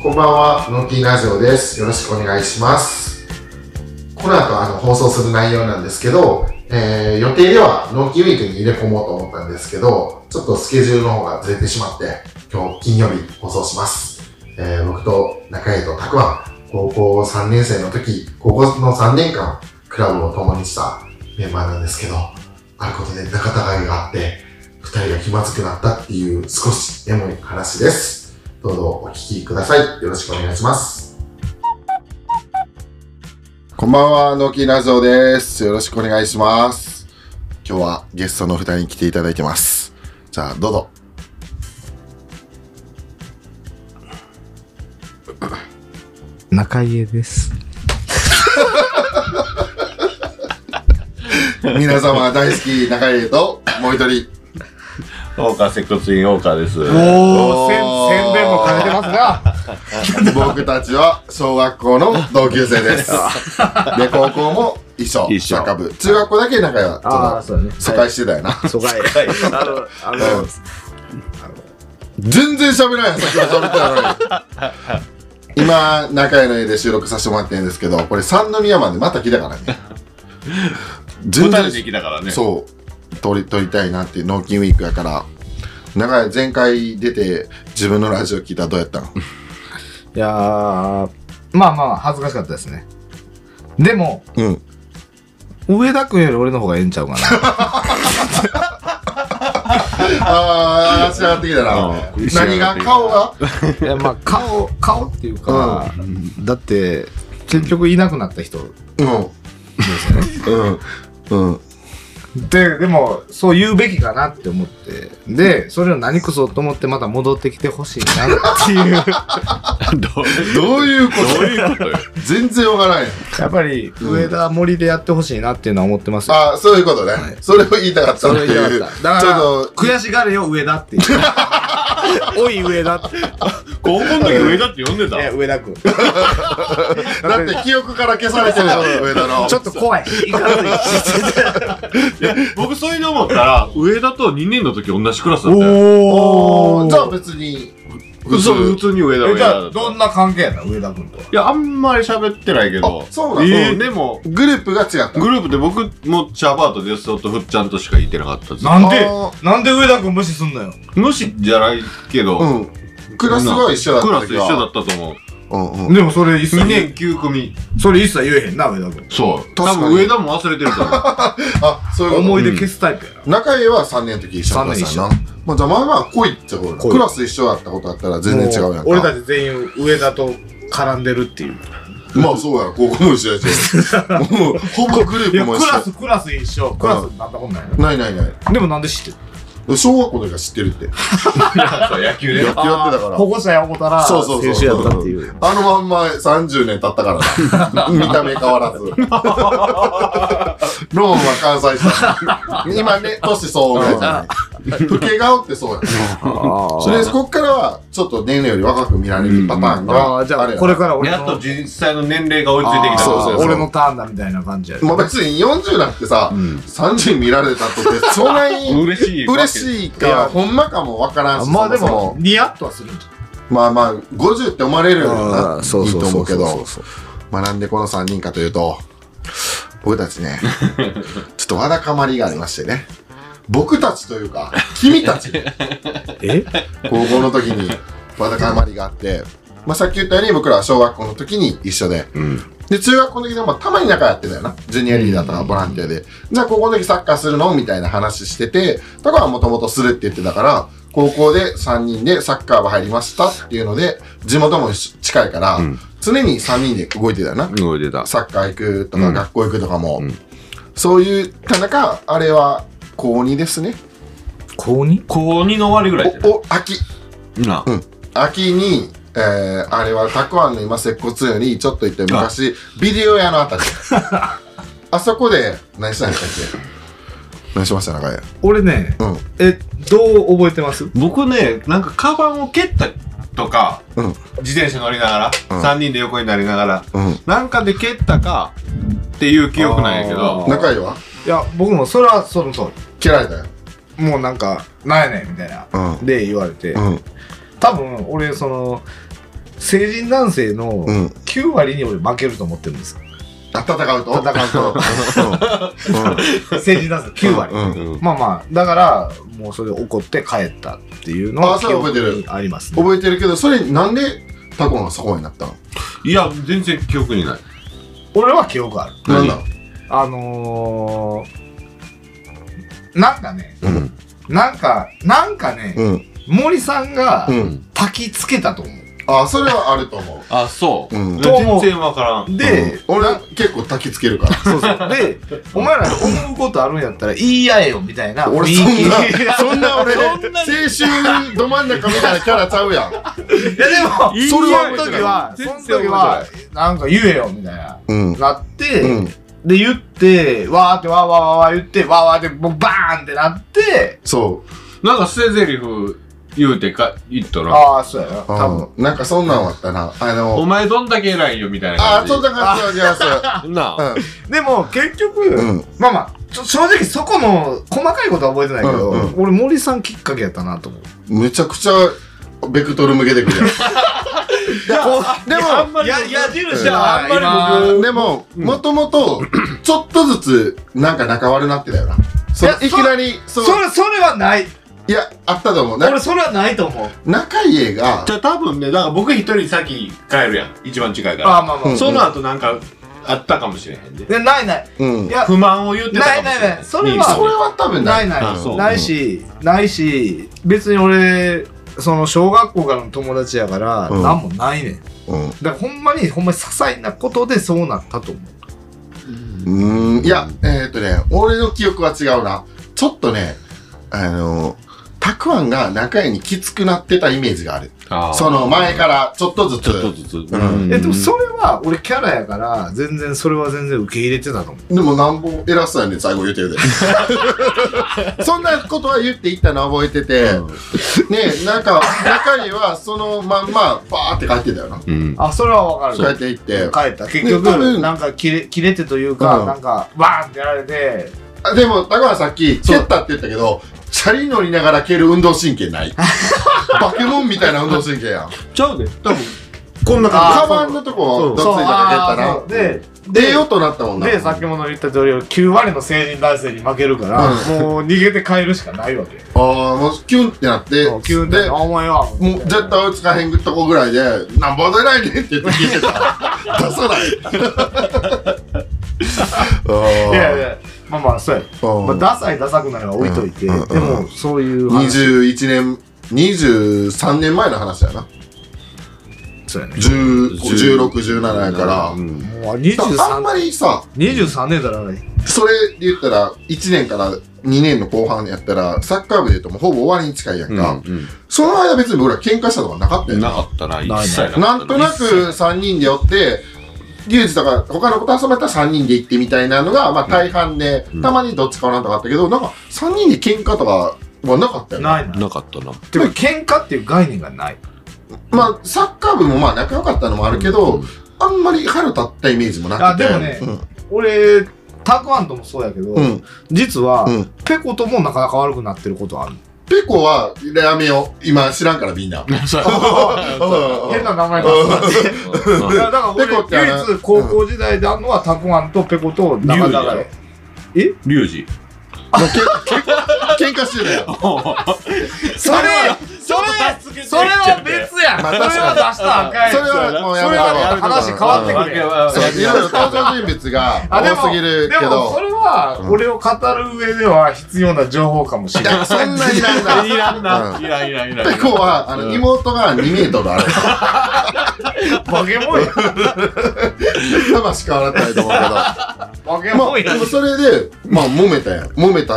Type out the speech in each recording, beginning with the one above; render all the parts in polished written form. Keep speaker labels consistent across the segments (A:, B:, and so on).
A: こんばんは、ノーキーラジオです。よろしくお願いします。この後放送する内容なんですけど、予定ではノーキーウィークに入れ込もうと思ったんですけど、ちょっとスケジュールの方がずれてしまって、今日金曜日放送します。僕と中江とたくあん、高校3年生の時、高校の3年間、クラブを共にしたメンバーなんですけど、あることで仲違いがあって、2人が気まずくなったっていう少しエモい話です。どうぞお聞きください。よろしくお願いします。こんばんは、ノーキーラジオです。よろしくお願いします。今日はゲストの2人に来ていただいてます。じゃあ、どうぞ。
B: 中家です。
A: 皆様大好き中江ともう一人。
C: 大川接骨院大川です。
B: 宣伝も兼ねてますな。
A: 僕たちは小学校の同級生です。で、高校も一緒。サッカー部。中学校だけ仲良かった。疎開してたよな。
B: 疎開。
A: 全然喋らない。さっきは喋ってたのに。今、中江の家で収録させてもらってるんですけど、これ三宮までまた来たからね。
C: 2人で来たからね。
A: そう。撮りたいなっていう納金ウィークやから。中江前回出て自分のラジオ聞いたらどうやったの？
B: いやー、まあ恥ずかしかったですね。でも、上田君より俺の方がええんちゃうかな。
A: あー、仕上がってきたな。何が？顔が？
B: いや、まあ顔っていうか、だって結局いなくなった人ですよね。でもそう言うべきかなって思って、でそれを何くそと思ってまた戻ってきてほしいなっていう
A: どういうことよ。全然わからんよ。
B: やっぱり上田森でやってほしいなっていうのは思ってますよ。
A: ああ、そういうことね。それを言いたかったっていう。
B: だから悔しがれよ上田っていう。おい上田って。
C: 高校の時上田って呼んでた？
B: いや、上田君。
A: だって記憶から消されてるよ、上田の。
B: ちょっと怖い。いかつい。
C: 僕そういうの思ったら上田と2年の時同じクラスだったよ。
A: おー、じゃあ別に
C: 普通に上田
B: じゃあどんな関係やな上田君とは。
C: いや、あんまり喋ってないけど。
A: そうなの？
C: でも
A: グループが違った。
C: グループで僕もチャーバーとデストとフッちゃんとしかいてなかったです。
B: なんで上田君無視すんのよ。
C: 無視じゃないけど、
A: クラスが一緒だった。
C: クラス一緒だったと思う。
B: でもそれ一切
C: 2年9組。
B: それ一切言えへんな上田君。
C: そう。多分上田も忘れてると思う。
A: あ、そういうこと。
B: 思い出消すタイプやな。
A: 中江は3年の時一緒だったな。まあじゃあまあ濃いってことだ。クラス一緒だったことあったら全然違うやんか。
B: 俺たち全員上田と絡んでるっていう。
A: まあそうや、高校も一緒やし。もうほぼグループも一緒。
B: クラス一緒。クラスになったことないの？
A: ない。
B: でもなんで知ってる？
A: 小学校の時は知ってるって。
C: 野球で。
A: 野球やってたから。
B: 保護者や思ったら、
A: そう。
B: 選手やったっていう。
A: あのまんま30年経ったからな。見た目変わらず。ローンは関西人。今ね、年そうぐらいじゃない。老け顔ってそうやね。それで、こっからは、ちょっと年齢より若く見られるパターンが。
B: じゃあ、これから俺
C: やっと実際の年齢が追いついてきた。
A: そう
B: 俺のターンだみたいな感じや。
A: まあ別に40なってさ、30見られたとって、そんなに嬉しいか、ほんまかもわからんし。
B: まあでも、ニヤッとはするんじゃん。
A: まあ、50って思われるよな。いいと思うけど。まあなんでこの3人かというと、僕たちね、ちょっとわだかまりがありましてね。僕たちというか、君たち。高校の時にわだかまりがあって、まあさっき言ったように僕らは小学校の時に一緒で、で、中学校の時でもたまに仲やってたよな。ジュニアリーダーとかボランティアで。じゃあ高校の時サッカーするのみたいな話してて、だからもともとするって言ってたから、高校で3人でサッカー部入りましたっていうので、地元も近いから、常に3人で動いてたよな。
C: 動いてた。
A: サッカー行くとか、学校行くとかも。そういう、た中、あれは高2ですね。
B: 高 2？
C: 高2の終わりぐらいじゃない？
A: 秋。秋に、あれはたくあんの今接骨院よりちょっと行って昔ビデオ屋のあたりあそこで何したんでしたっけ？何しました中江？
B: 俺ね、どう覚えてます？
C: 僕ね、なんかカバンを蹴ったとか、自転車乗りながら、3人で横になりながら、なんかで蹴ったかっていう記憶なんやけど。
A: 中江は？
B: いや、僕もそれはその通り。
A: 蹴られたよ。
B: もうなんか、なんやねんみたいな。で言われて。多分、俺、 成人男性の9割に俺負けると思ってるんです。
A: 戦うと
B: 成人男性9割。まあまあ、だから、もうそれで怒って帰ったっていうのは記憶にありますね。
A: 覚えてるけど、それなんでタコがそこになったの？
C: いや、全然記憶にない。
B: 俺は記憶ある。
A: なんだ？
B: なんかね、なんかね、森さんが焚きつけたと思う。
A: あ、それはあると思う。
C: あ、そう。全然わからん。
B: で、
A: 俺結構焚きつけるから。
B: そうそう。で、お前ら思うことあるんやったら言い合えよみたいな。
A: 俺そんな俺、青春ど真ん中みたいなキャラちゃうやん。いやで
B: も、その時は、なんか言えよみたいな。なって、で、言って、わーってわーわーわー言って、わーわーってもうバーンってなって、
A: そう。
C: なんか捨て台詞言うて言っとら。
B: ああ、そうやな。多分。
A: なんかそんなんあったな。
C: お前どんだけ偉いよみたいな
A: 感じ。ああ、そんな感じは違う。
C: なあ。
B: でも結局、まあまあ、正直そこの細かいことは覚えてないけど、俺森さんきっかけやったなと思う。
A: めちゃくちゃベクトル向けてくるやん。でも、
B: 矢印はあんまり僕、
A: でも、もともと、ちょっとずつ、なんか仲悪なってたよな。いきなり、
B: それはない。
A: いや、あったと思う。
B: 俺、それはないと思う。
A: 仲家が。
C: じゃあ多分ね、だから僕一人先帰るやん。一番近いから。
B: あ、まあまあ。
C: その後なんか、あったかもしれへんで。
B: ないない。
C: いや、不満を言ってたかもしれない。
B: ない。それは
A: 多分ない。
B: ないし、別に俺、その小学校からの友達やから、なんもないねん。だからほんまに些細なことでそうなったと思
A: う。いや、俺の記憶は違うな。ちょっとね、たくあんが仲家にきつくなってたイメージがある。その前からちょっとずつ。
B: でもそれは俺キャラやから、それは全然受け入れてたと思う。
A: でもなんぼ偉そうやねん、最後言うてるで。そんなことは言っていったの覚えてて、ね、なんか、中にはそのまんま、バーって帰ってたよな。
B: あ、それはわかる。
A: 帰っていって。
B: 帰った。結局、なんか切れてというか、なんか、バーンってやられて。
A: でも、たくあんさっき、蹴ったって言ったけど、チャリ乗りながら蹴る運動神経ない。バケモンみたいな運動神経やん。
C: ちゃうで。多分、
A: こんな感じ。カバンのとこ、どっついたら蹴ったら。で、よとなったもんな。
B: で、先ほど言った通り、9割の成人男性に負けるから、もう逃げて帰るしかないわけ。
A: ああ、もうキュンってなって、
B: キュンって、お前は。
A: もう絶対追いつかへんとこぐらいで、なんぼでないねんって言って聞いてた。出さない。
B: いやいや。まあまあ、そうや。ダサいダサくないは置いといて、でも、そういう
A: 23年前の話やな。
B: そうやね。
A: 16、17やから。
B: もう23。
A: あんまりさ、
B: 23年だらない。
A: それで言ったら、1年から2年の後半やったら、サッカー部で言うともうほぼ終わりに近いやんか。その間別に僕ら喧嘩したとかなかったよ
C: なかったな、一
A: 切なんとなく3人で寄って、リュウジとか他の子と遊べたら3人で行ってみたいなのが、まあ大半で、たまにどっちかなんとかあったけど、なんか3人で喧嘩とかはなかったよね。
C: なかったな。
B: てか喧嘩っていう概念がない。
A: まあサッカー部もまあ仲良かったのもあるけど、あんまり腹立ったイメージもなくて。
B: でもね、俺、たくあんともそうやけど、実は、ペコとも仲悪くなってることある。
A: ペコはやめよう。今知らんからみんな。変
B: な名前だだから俺、唯一高校時代であるのはたくあんとペコと仲長い。
C: リュウジ。
A: 喧嘩してるやん。
B: それは別やん。それは出したらあかん。
A: それはもうやめた
B: 話変わってくるやん。
A: いろいろ登場人物が多すぎるけど。
B: でもそれは俺を語る上では必要な情報かもしれない。
A: そんないらんな。
C: いらんな。いらん。
A: ペコは妹が2メートルある。
B: バケモンや。
A: 魂変わらないと思うけど。
B: バケモンや。
A: それで、まあ揉めたやん。揉めたって、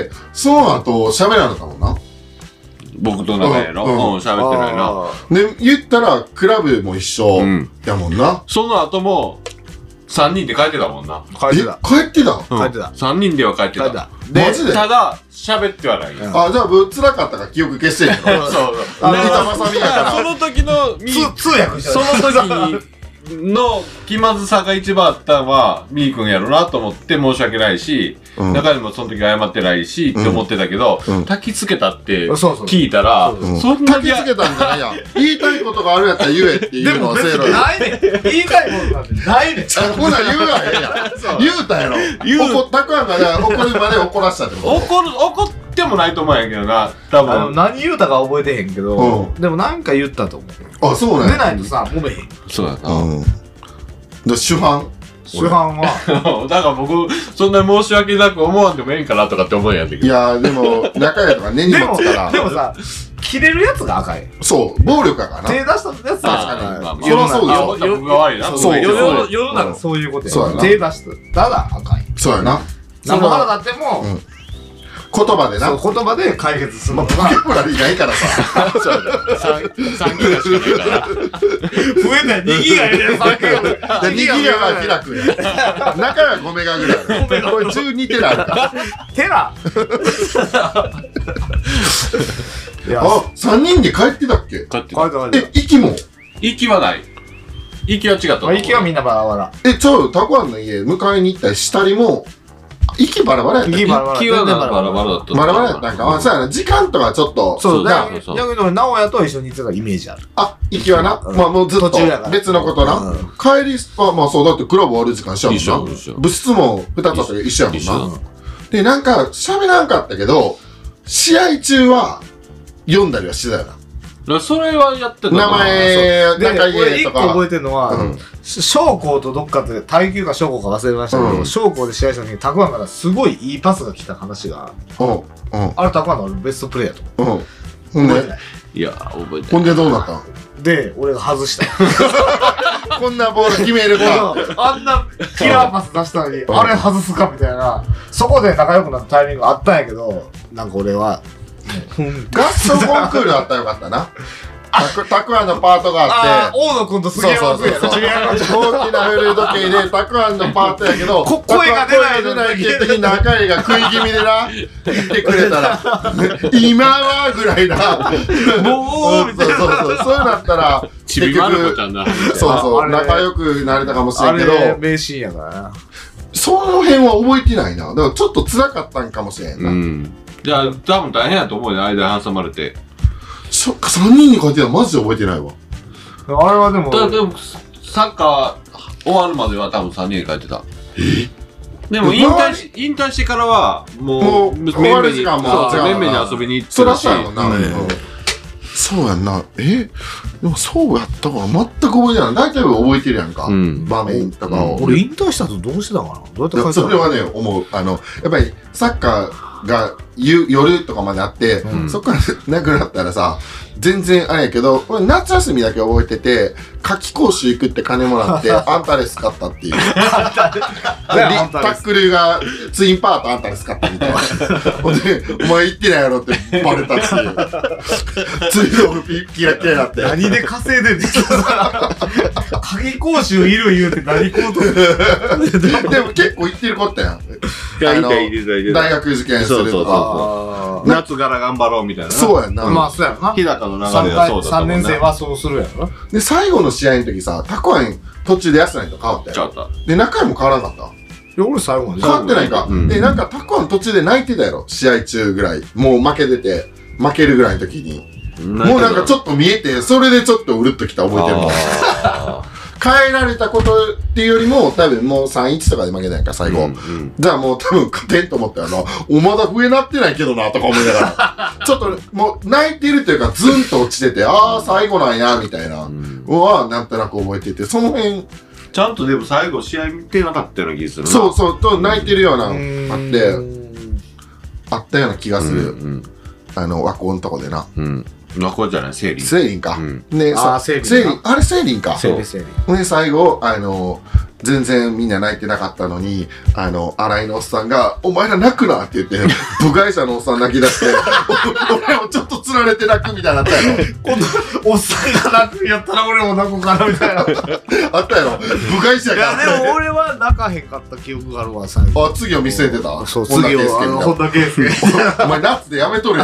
A: その後喋らなかったもんな。
C: 僕と仲やろ。喋ってないな。
A: で、言ったら、クラブも一緒やもんな。
C: その後も、3人で帰ってたもんな。
A: 帰ってた。
C: 3人では帰ってた。
A: マジで
C: ただ、喋ってはない。
A: あ、じゃあ、辛かったから記憶消してんの。そう。板挟みやから。
C: その時の、
B: 通訳
C: その時に、 の気まずさが一番あったのは、みーくんやろなと思って申し訳ないし、中にもその時謝ってないしって思ってたけど、焚きつけたって聞いたら、
A: そんな焚きつけたんじゃないやん。言いたいことがあるやったら言えっていうのはせいろ
B: ないねん。言いたいことなんてないねん。
A: ほな言うがええやん。言うたやろ。たくあんが怒るまで怒らしたってこと。
C: 怒ってもないと思うんやけどな、多分。
B: 何言うたか覚えてへんけど、でもなんか言ったと思う。
A: あ、そうなんや。
B: 出ないとさ、揉めへん。
C: そうやな。
A: 主犯
B: は。
C: だから僕、そんな申し訳なく思わんでもええんかなとかって思うんやったけど。
A: いやでも、仲やとか根に持つから。
B: でもさ、切れるやつが赤い。
A: そう、暴力やからな。
B: 手出したやつが赤い。
A: そりゃそうでしょ。
C: 僕が悪いな。
A: そう。
B: 世の中そういうことや。手出したら赤い。
A: そうやな。
B: 何も腹立っても、
A: 言葉でな。
B: そう、言葉で解決するのが。
A: ポケモラリーないからさ。
C: そうやな。3ギガしかないから。
B: 増えない。2ギガ入れる。3ギガ。
A: 2ギガは開くや。中は5メガぐらい。これ12テラあるから。
B: テラ
A: あ、3人で帰ってたっけ？
C: 帰ってた。
A: 息も？
C: 息はない。息は違った。
B: 息はみんなバラバラ。
A: ちょうどたくあんの家迎えに行ったりしたりも、息バラバラやったっけ？
C: 息はバラバラだった。
A: バラバラやったんか。あ、そうやな。時間とかちょっと。
B: そうだ。逆に俺、直哉と一緒に行ってたイメージある。
A: あ、息はな。まあもうずっと別のことな。帰りは、まあそうだってクラブ終わる時間一緒やもんな。部室も2つあったけど一緒やもんな。で、なんか喋らんかったけど、試合中は読んだりはしてたよな。
C: それはやってた
A: 名前、
B: 仲いい俺1個覚えてるのは、将校とどっかで、耐久か将校か忘れましたけど、将校で試合した時に、たくあんからすごいいいパスが来た話が、あれたくあんのベストプレーヤーと思う。
A: ほんで
C: いや、覚えてない。
A: ほんでどうなったん
B: で、俺が外した。
A: こんなボール決めるか。
B: あんなキラーパス出したのに、あれ外すかみたいな、そこで仲良くなったタイミングあったんやけど、なんか俺は、
A: 合奏コンクールあったらよかったな。たくあんのパートがあって。
B: 大野くんと杉山くんやろ。
A: 大きなフル時計でたくあんのパートやけど、
B: 声が出ない
A: っていう時に中井が食い気味でな、言ってくれたら、今はぐらいな。
B: もうみたいな。
A: そうなったら、
C: 結局、
A: そう、仲良くなれたかもしれんけど、
B: 名シーンやからな。
A: その辺は覚えてないな。だからちょっと辛かったんかもしれんな。
C: じゃあ、多分大変やと思うね、間に挟まれて。
A: そっか、3人に書いてたらマジで覚えてないわ。
B: あれはでも。
C: でも、サッカー終わるまでは多分3人で書いてた。でも引退してからは、もう、
A: 終わる時間も、
C: めんめんに遊びに行って
A: そらそうやもんな。そうやんな。でもそうやったから全く覚えてない。大体は覚えてるやんか。場面とかを。
B: 俺引退した後どうしてたかな？どうやって書いてた？
A: それはね、思う。やっぱりサッカーが夜とかまであって、そっからなくなったらさ、全然あれやけど、俺夏休みだけ覚えてて、夏季講習行くって金もらって、アンタレス買ったっていう。タックルがツインパートアンタレス買ったみたいな。ほんで、お前行ってないやろってバレたっていう。ツインオフキラキラになって。
B: 何で稼いでんねん。夏季講習いる言うて何こうと。
A: でも結構行ってる子ったやん。大学受験するとか。
C: 夏から頑張ろうみたいな。
A: そうやんな。
B: まあそうやろな。
C: 日高の流れはそうだったもんな。
B: 3年生はそうするやろな。
A: で、最後の試合の時さ、たくあん途中で安ないと変わったよ。で、中井も変わらなかった。
B: いや、俺最後まで。
A: 変わってないか。で、なんかたくあん途中で泣いてたやろ。試合中ぐらい。もう負けてて、負けるぐらいの時に。もうなんかちょっと見えて、それでちょっとうるっときた覚えてるもん。変えられたことっていうよりも、多分もう 3-1 とかで負けたやんか、最後。じゃあもう多分勝てんと思ったよな。まだ上なってないけどな、とか思いながら。ちょっともう泣いてるというか、ズンと落ちてて、ああ、最後なんや、みたいな。は、なんとなく覚えてて、その辺。
C: ちゃんとでも最後試合見てなかったような気がするな。
A: そうそう、と泣いてるような、あったような気がする。和光のとこでな。
C: 和光じゃない、セイリン。
A: セイリンか。ね、
B: セイリン。
A: あれセイリンか。
B: セイリン。
A: で、最後、全然みんな泣いてなかったのに、新井のおっさんが、お前ら泣くなって言って、部外者のおっさん泣き出して、俺もちょっと釣られて泣くみたいなのあったやろ。
B: 今度、おっさんが泣くんやったら俺も泣こうかなみたいな。
A: あったやろ。部外者が。
B: いや、でも俺は泣かへんかった記憶があるわ、最後。
A: あ、次を見据えてた？
B: そう、次を、本田圭佑。
A: お前夏でやめとるやん。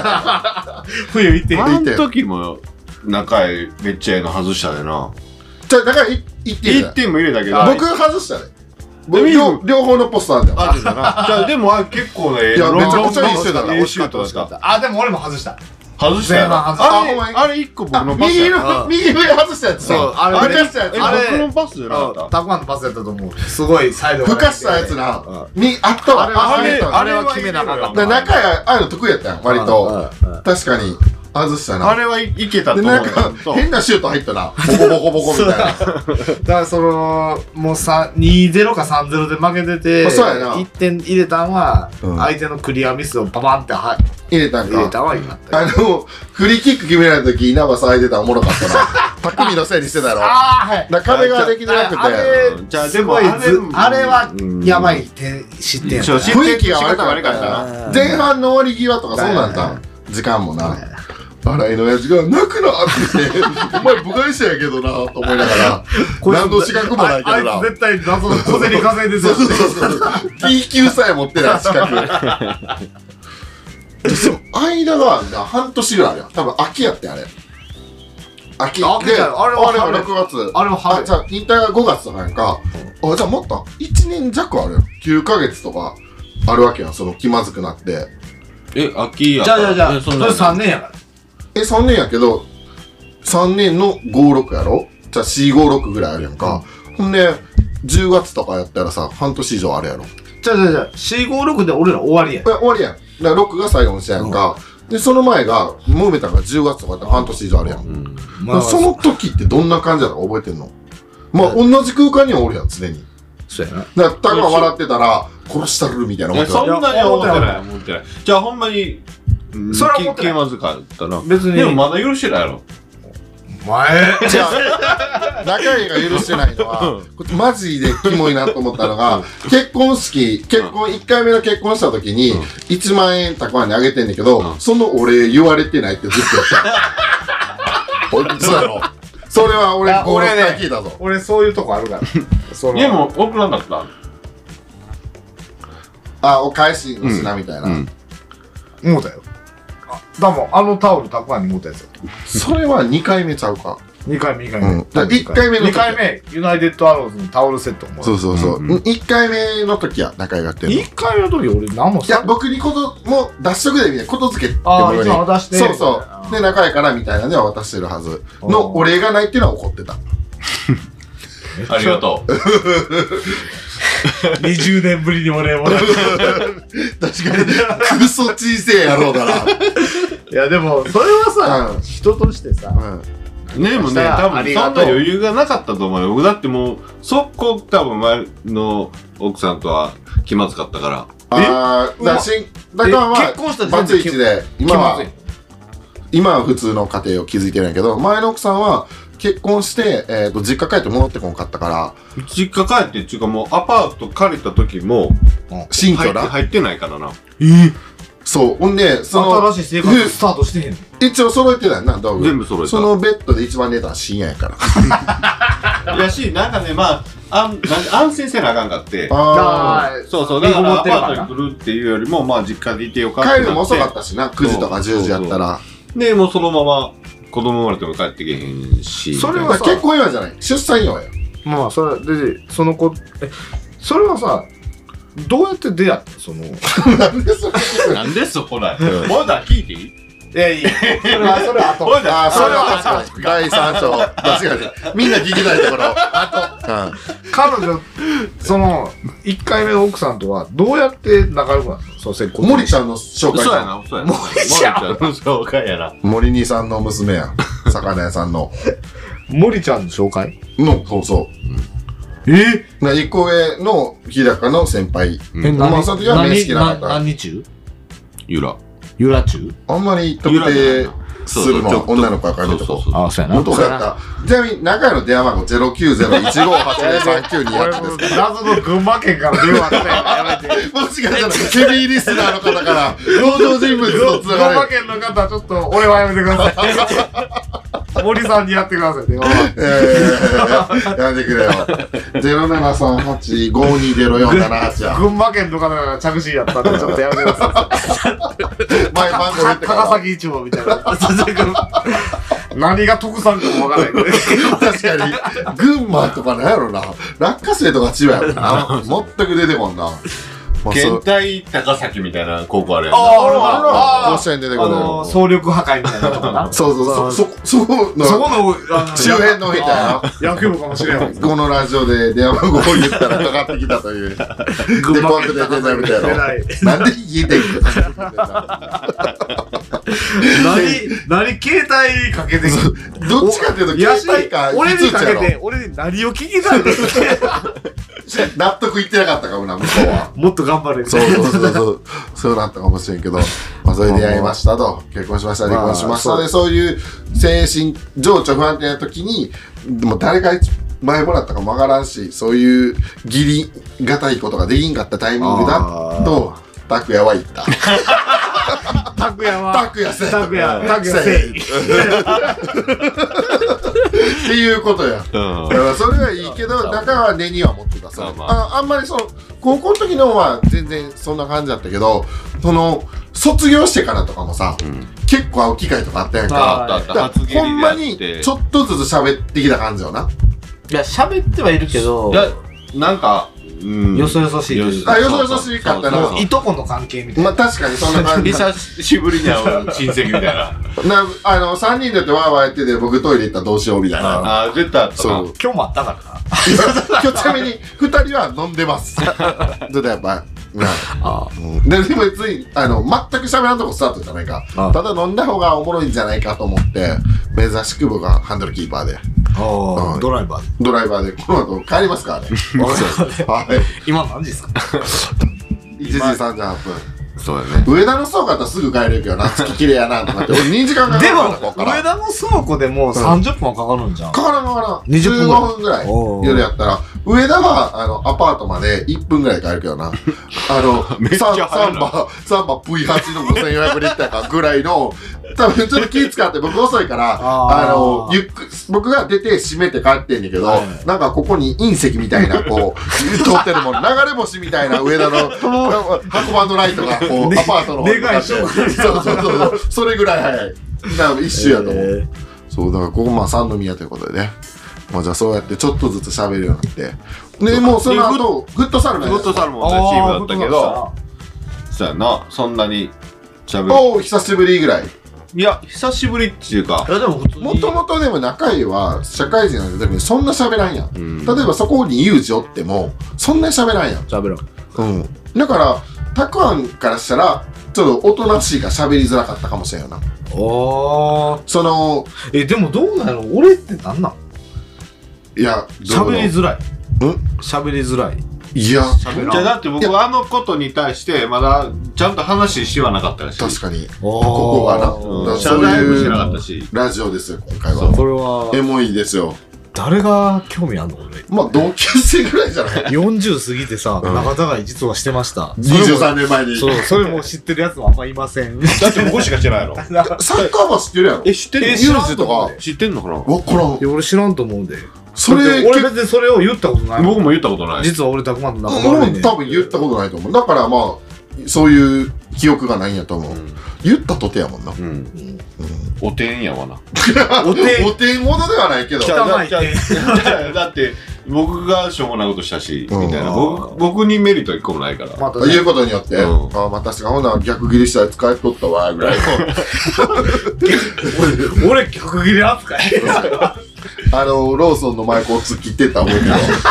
B: 冬行って。
C: あの時も、中井めっちゃええの外したでな。
A: だから、
C: 1点も入れたけど。
A: 僕外したね。両方のポスターで。
C: あ、じゃあ、でも結構ね、
A: いや、めちゃくちゃいいしてたな。
B: 惜しかった。あ、でも俺も外した。
C: 外したよ。あれ1個僕のパス。
A: 右上外したやつ。そう、
B: あれ
A: ふかしたやつ。
C: あれ、僕のパスじゃなかった？
B: たくあんのパスやったと思う。すごい、サイド
A: ふかしたやつな。あったわ。
B: あれは決めなかった。
A: 中や、ああいうの得意やったやん、割と。確かに。外したな。
C: あれはいけたと思う。
A: なんか、変なシュート入ったな。ボコボコボコみたいな。だ
B: からもう2-0か3-0で負けてて、1点入れたんは、相手のクリアミスをババンって
A: 入れたんか。
B: 入れたんは今。
A: フリーキック決められた時、稲葉咲いてたらおもろかったな。匠のせいにしてたやろ。壁ができてなくて。
B: じゃあ、すごい、あれは、やばい失点。
A: 雰囲気が悪かったな。前半の終わり際とかそうなんだ。時間もな。笑いの親父が泣くなって言って、お前部外者やけどなと思いながら、何の資格もないけどな。
B: あいつ絶対謎の小銭稼いで
A: そうそうそう。P 級さえ持ってない資格。その間が半年ぐらいあるやん。多分秋やってあれ。秋で、あれが6月。
B: あれは春。
A: じゃあ引退が5月とかやんか。じゃあもっと1年弱あるやん。9ヶ月とかあるわけやん。その気まずくなって。
C: 秋や。
B: じゃあ、それ3年やから。
A: 3年やけど、3年の56やろ？じゃあ456ぐらいあるやんか。ほんで、10月とかやったらさ、半年以上あるやろ。
B: じゃあ、456で俺ら終わりやん。
A: 終わりやん。だから6が最後の試合やんか。で、その前が、もめたが10月とかやったら半年以上あるやん。その時ってどんな感じだったか覚えてんの？まあ、同じ空間にはおるやん、常に。
B: そうやな。
A: だから、たが笑ってたら、殺したるみたいな思ってた。
C: そんなに思ってない。じゃあ、ほんまに、
B: それは思ってない。
C: 気まずかったな。
B: 別に。
C: でもまだ許してないやろ。
A: じゃあ、中井が許してないのは、マジでキモいなと思ったのが、結婚1回目の結婚した時に、1万円たくあんにあげてんだけど、そのお礼言われてないってずっと言った。そうやろ。それは俺、5、6回聞いたぞ。
B: 俺、そういうとこあるから。
C: でも、送らなかった 。
A: お返しの品みたいな。
B: 思ったよ。だもん、あのタオルたくあんに持ったやつよ。
A: それは2回目ちゃうか。
B: 2回目。
A: 1回目の時。
B: 2回目、ユナイテッドアローズのタオルセットも。
A: そう。1回目の時は仲良がってるの。
B: 1回目の時俺何も
A: いや、僕にもう出しとくでみたいな。ことづけって
B: ものに。渡して。
A: そう。で、仲良いからみたいなのでは渡してるはず。のお礼がないっていうのは怒ってた。
C: ありがとう。
B: 20年ぶりにお礼もらう。
A: 確かに、クソ小せえ野郎だな。
B: いや、でも、それはさ、人としてさ、
C: でもね、多分そんな余裕がなかったと思うよ。僕だってもう、速攻多分前の奥さんとは気まずかったから。
A: だからは、
B: 結婚した
A: バツイチで、今は普通の家庭を築いてるんやけど、前の奥さんは、結婚して、実家帰って戻ってこんかったから。
C: 実家帰ってっていうかもうアパート借りた時も、
A: 新居だ
C: 入ってないからな。
A: そう。ほんで、
B: 新しい生活スタートしてへんの？
A: 一応揃えてないな、道具。
C: 全部揃えて
A: そのベッドで一番寝たのは深夜やから。
C: いやし、なんかね、まあ、安心せなあかんかって。そう。だからアパートに来るっていうよりも、まあ実家でいてよかった。
A: 帰るのも遅かったしな、9時とか10時やったら。
C: で、もうそのまま、子供生まれても帰ってけへんし。
A: それは結婚祝いじゃない。出産祝いや。
B: まあ、それで、その子、それはさ、どうやって出会ったその。
C: なんでそこだよ。まだ聞いていい？
B: いや、それは後。
A: それは確かに。第3章。確かに。みんな聞きたいところ。
B: 彼女、その、1回目の奥さんとは、どうやって仲良くなったの？そう、
A: 森ちゃんの紹介。
C: そうやな。
B: 森ちゃん
C: の紹介やな。
A: 森兄さんの娘や。魚屋さんの。
B: 森ちゃんの紹介
A: そう。一個上の日高の先輩。まあ、その時は面識なかった。
B: 何日中？
C: ゆら
B: 中？
A: あんまり特定するもん。女の子は感じとこ。
B: あ、そうやな。
A: 元そうやった。ちなみに、中井の電話番号 090-1580-3928 です。
B: 謎の群馬県から電話してやめて。
A: もしかしたら、ヘビーリスナーの方から、登場人物とつながる。
B: 群馬県の方、ちょっと、俺はやめてください。森さんにやってください、電話。
A: やめてくれよ。0738-520478や。
B: 群馬県の方が着信やったんで、ちょっとやめてください。
A: 前番号言ってから
B: 高崎一号みたいな。何が特産かもわからないけど。
A: 確かに、群馬とかなんやろな。落花生とか違うやろな。全く出てこんな。
C: 県大高崎みたいな高校あるやん。
A: ああ、甲子園出てくる。
B: 総力破壊みたいなとこな。
A: そう。そこの、周辺のみたいな。
B: 野球部かもしれん。
A: このラジオで電話番号を言ったらかかってきたという。で、バンクで出たみたいな。なんで聞いてん
B: 何携帯かけて
A: どっちかっていうと、携帯か、
B: 俺にかけて、俺に何を聞きたいの
A: 納得いってなかったかもな、向こうは。
B: もっと頑張れ。
A: そうなったかもしれんけど、まあ、それで出会いましたと、結婚しました、離婚しましたで、そういう精神、情緒不安定な時に、もう誰か前もらったかもわからんし、そういう義理がたいことができんかったタイミングだと、拓也は言った。
B: 拓也せい。
A: っていうことや。それはいいけど、中は根には持ってた。あんまり高校の時のは全然そんな感じだったけど、卒業してからとかもさ、結構会う機会とかあったやんか。ほんまにちょっとずつ喋ってきた感じよな。
B: いや、喋ってはいるけど、
C: なんか、
B: よそよそしい。
A: よそよそしかったな。
B: いとこの関係みたいな。
A: まあ確かにそんな感じ。
C: 久しぶりに会う親戚みたいな。
A: 3人でってワーワーやってて、僕トイレ行ったらどうしようみたいな。
C: ああ、絶対あったな。
B: 今日もあったからな。
A: 今日ちなみに2人は飲んでます。ちょっとやっぱ。でも別に全く喋らんとこスタートじゃないか。ただ飲んだ方がおもろいんじゃないかと思って珍しく僕がハンドルキーパーで
B: ドライバー
A: でこの後帰りますからね。
B: 今何時ですか
A: ？1時38分。
C: そうだね。
A: 上田の倉庫だったらすぐ帰れるけどな、月綺麗やなとかって。俺2時間かかるから。
B: でも、上田の倉庫でもう30分はかかるんじゃん。
A: かからん。
B: 20分
A: 15分ぐらい。夜やったら。上田は、アパートまで1分ぐらい帰るけどな。
C: めっちゃ早いな。
A: サンバ V8 の5400リッターかぐらいの、多分ちょっと気使って僕遅いから、僕が出て閉めて帰ってんねんけど、なんかここに隕石みたいな、こう、通ってるもん、流れ星みたいな上田の箱番のライトが、こう、アパートの方に向かって。そう。それぐらい早い。だから一周やと思う。そう、だからここまあ三宮ということでね。まあじゃあそうやってちょっとずつ喋るようになって。で、もうその後、フットサルも
C: チームだったけど、そうやな、そんなに喋る。
A: おー、久しぶりぐらい。
C: いや、久しぶりっていうか、
A: もともとでも中井は社会人になった時にそんな喋らんやん。例えばそこにユージおっても、そんなに喋らんやん。
B: 喋らん。
A: だから、たくあんからしたら、ちょっとおとなしいから喋りづらかったかもしれんよな。
B: でもどうなの？俺ってなんなん？
A: いや、
B: 喋りづらい。喋りづらい。
A: いや、
C: じゃあだって僕はあのことに対してまだちゃんと話しはなかったらしい。
A: 確かに。ここがな。
C: 謝罪もしなかったし。
A: ラジオですよ、今回は。
B: これは。
A: エモいですよ。
B: 誰が興味あんの俺。
A: まあ同級生ぐらいじゃない
B: ?40 過ぎてさ、仲違い実はしてました。
A: 23年前に。
B: そう、それも知ってるやつもあんまいません。
C: だって僕しか知らないやろ。
A: サッカーは知ってるやろ。
C: 知ってる？
A: ユージとか。
C: 知ってんのかな？
A: わからん。
B: いや、俺知らんと思うんで。
A: 俺
B: 別にそれを言ったことない。
C: 僕も言ったことない。
B: 実は俺たくまんの仲間で。
A: 多分言ったことないと思う。だからまあ、そういう記憶がないんやと思う。言ったとてやもんな。
C: おてんやわな。
A: おてんほどではないけど。
C: だって、僕がしょうもないことしたし、みたいな。僕にメリットは一個もないから。
A: 言うことによって、あ、まあ確かほな逆ギレしたやつ帰っとったわ、ぐらいの。
B: 俺逆ギレ扱い
A: ローソンの前こう突っ切ってった思うけど。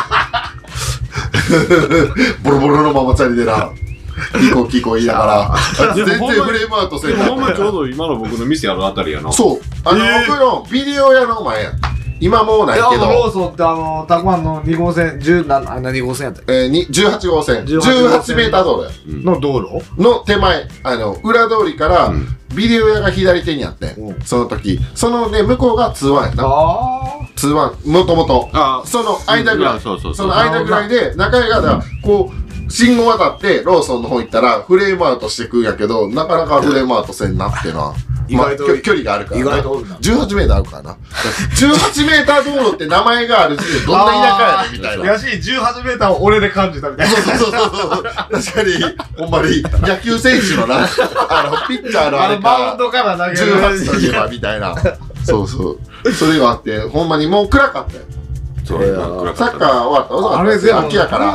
A: ボロボロのママチャリでな。キコ言いながら。全然フレームアウトせんかった。
C: ほんまちょうど今の僕の店あるあたりやな。
A: そう。僕のビデオ屋の前や。今もうないけど。
B: ローソンってたくまんの2号線、何号線やったっけ
A: ？18号線。18メーター道路や。
B: の道路
A: の手前、裏通りから、ビデオ屋が左手にあって、その時。そのね、向こうが通湾やな。通湾、もともと。その間ぐらい。その間ぐらいで、中井が、こう、信号渡ってローソンの方行ったらフレームアウトしてくんやけど、なかなかフレームアウトせんなってな。
B: 意外と
A: 距離があるから。
B: 意外とおるな。
A: 18メーターあるからな。18メーター道路って名前がある時点でどんな田舎やねんみたいな。
B: やし、18メーターを俺で感じたみたいな。
A: そう。確かに、ほんまに、野球選手のな、ピッチャーのあれ
B: マウンドから投げる。
A: 18といえばみたいな。そう。それがあって、ほんまにもう暗かったよ。
C: そうやな。
A: サッカー終わったら遅かった。
B: あれでも、
A: 秋やから。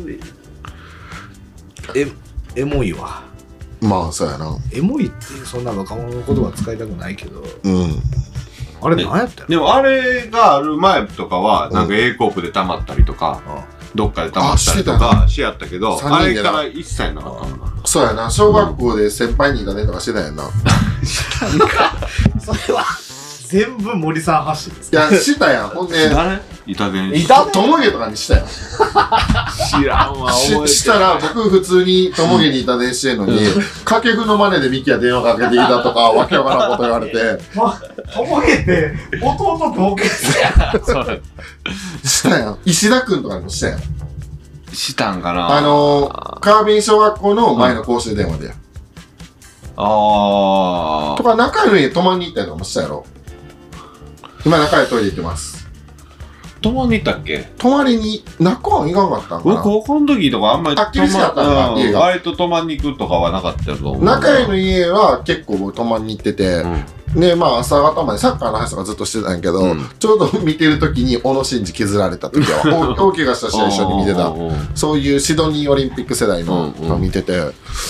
B: エモいわ。
A: まあ、そうやな。
B: エモいってそんな若者の言葉使いたくないけど。
A: うん。
B: あれ何やったよ。
C: でもあれがある前とかは、なんか A コープで溜まったりとか、どっかで溜まったりとかしやったけど、あれから一切なかったもんな。
A: そうやな。小学校で先輩にいたねとかしてたやんな。
B: それは、全部森さん発信です。
A: いや、したやん。ほんで。
C: 誰いたでんし。
A: ともげとかにしたよ。
C: 知らんわ、
A: したら、僕普通にともげにいた電してんのに、掛布の真似でミキが電話かけてきたとか、わけわからんこと言われて。
B: ともげって、弟同級生や。
A: したやん。石田くんとかにもしたやん。
C: したんかな
A: カービン小学校の前の公衆電話で。
C: と
A: か、仲良い泊まりに行ったりとかもしたやろ。今、仲良いトイレ行ってます。
C: 泊まりに行ったっけ？
A: 泊まりに、中は行かんかったんかな。
C: 高校の時とかあんまり
A: 厳しかったんだ、家が。
C: 割と泊まりに行くとかはなかったよと思う。
A: 仲良いの家は結構泊まりに行ってて、で、まあ朝方までサッカーの話とかずっとしてたんやけど、ちょうど見てる時に小野伸二削られた時は、大怪我した試合一緒に見てた、そういうシドニーオリンピック世代の見てて、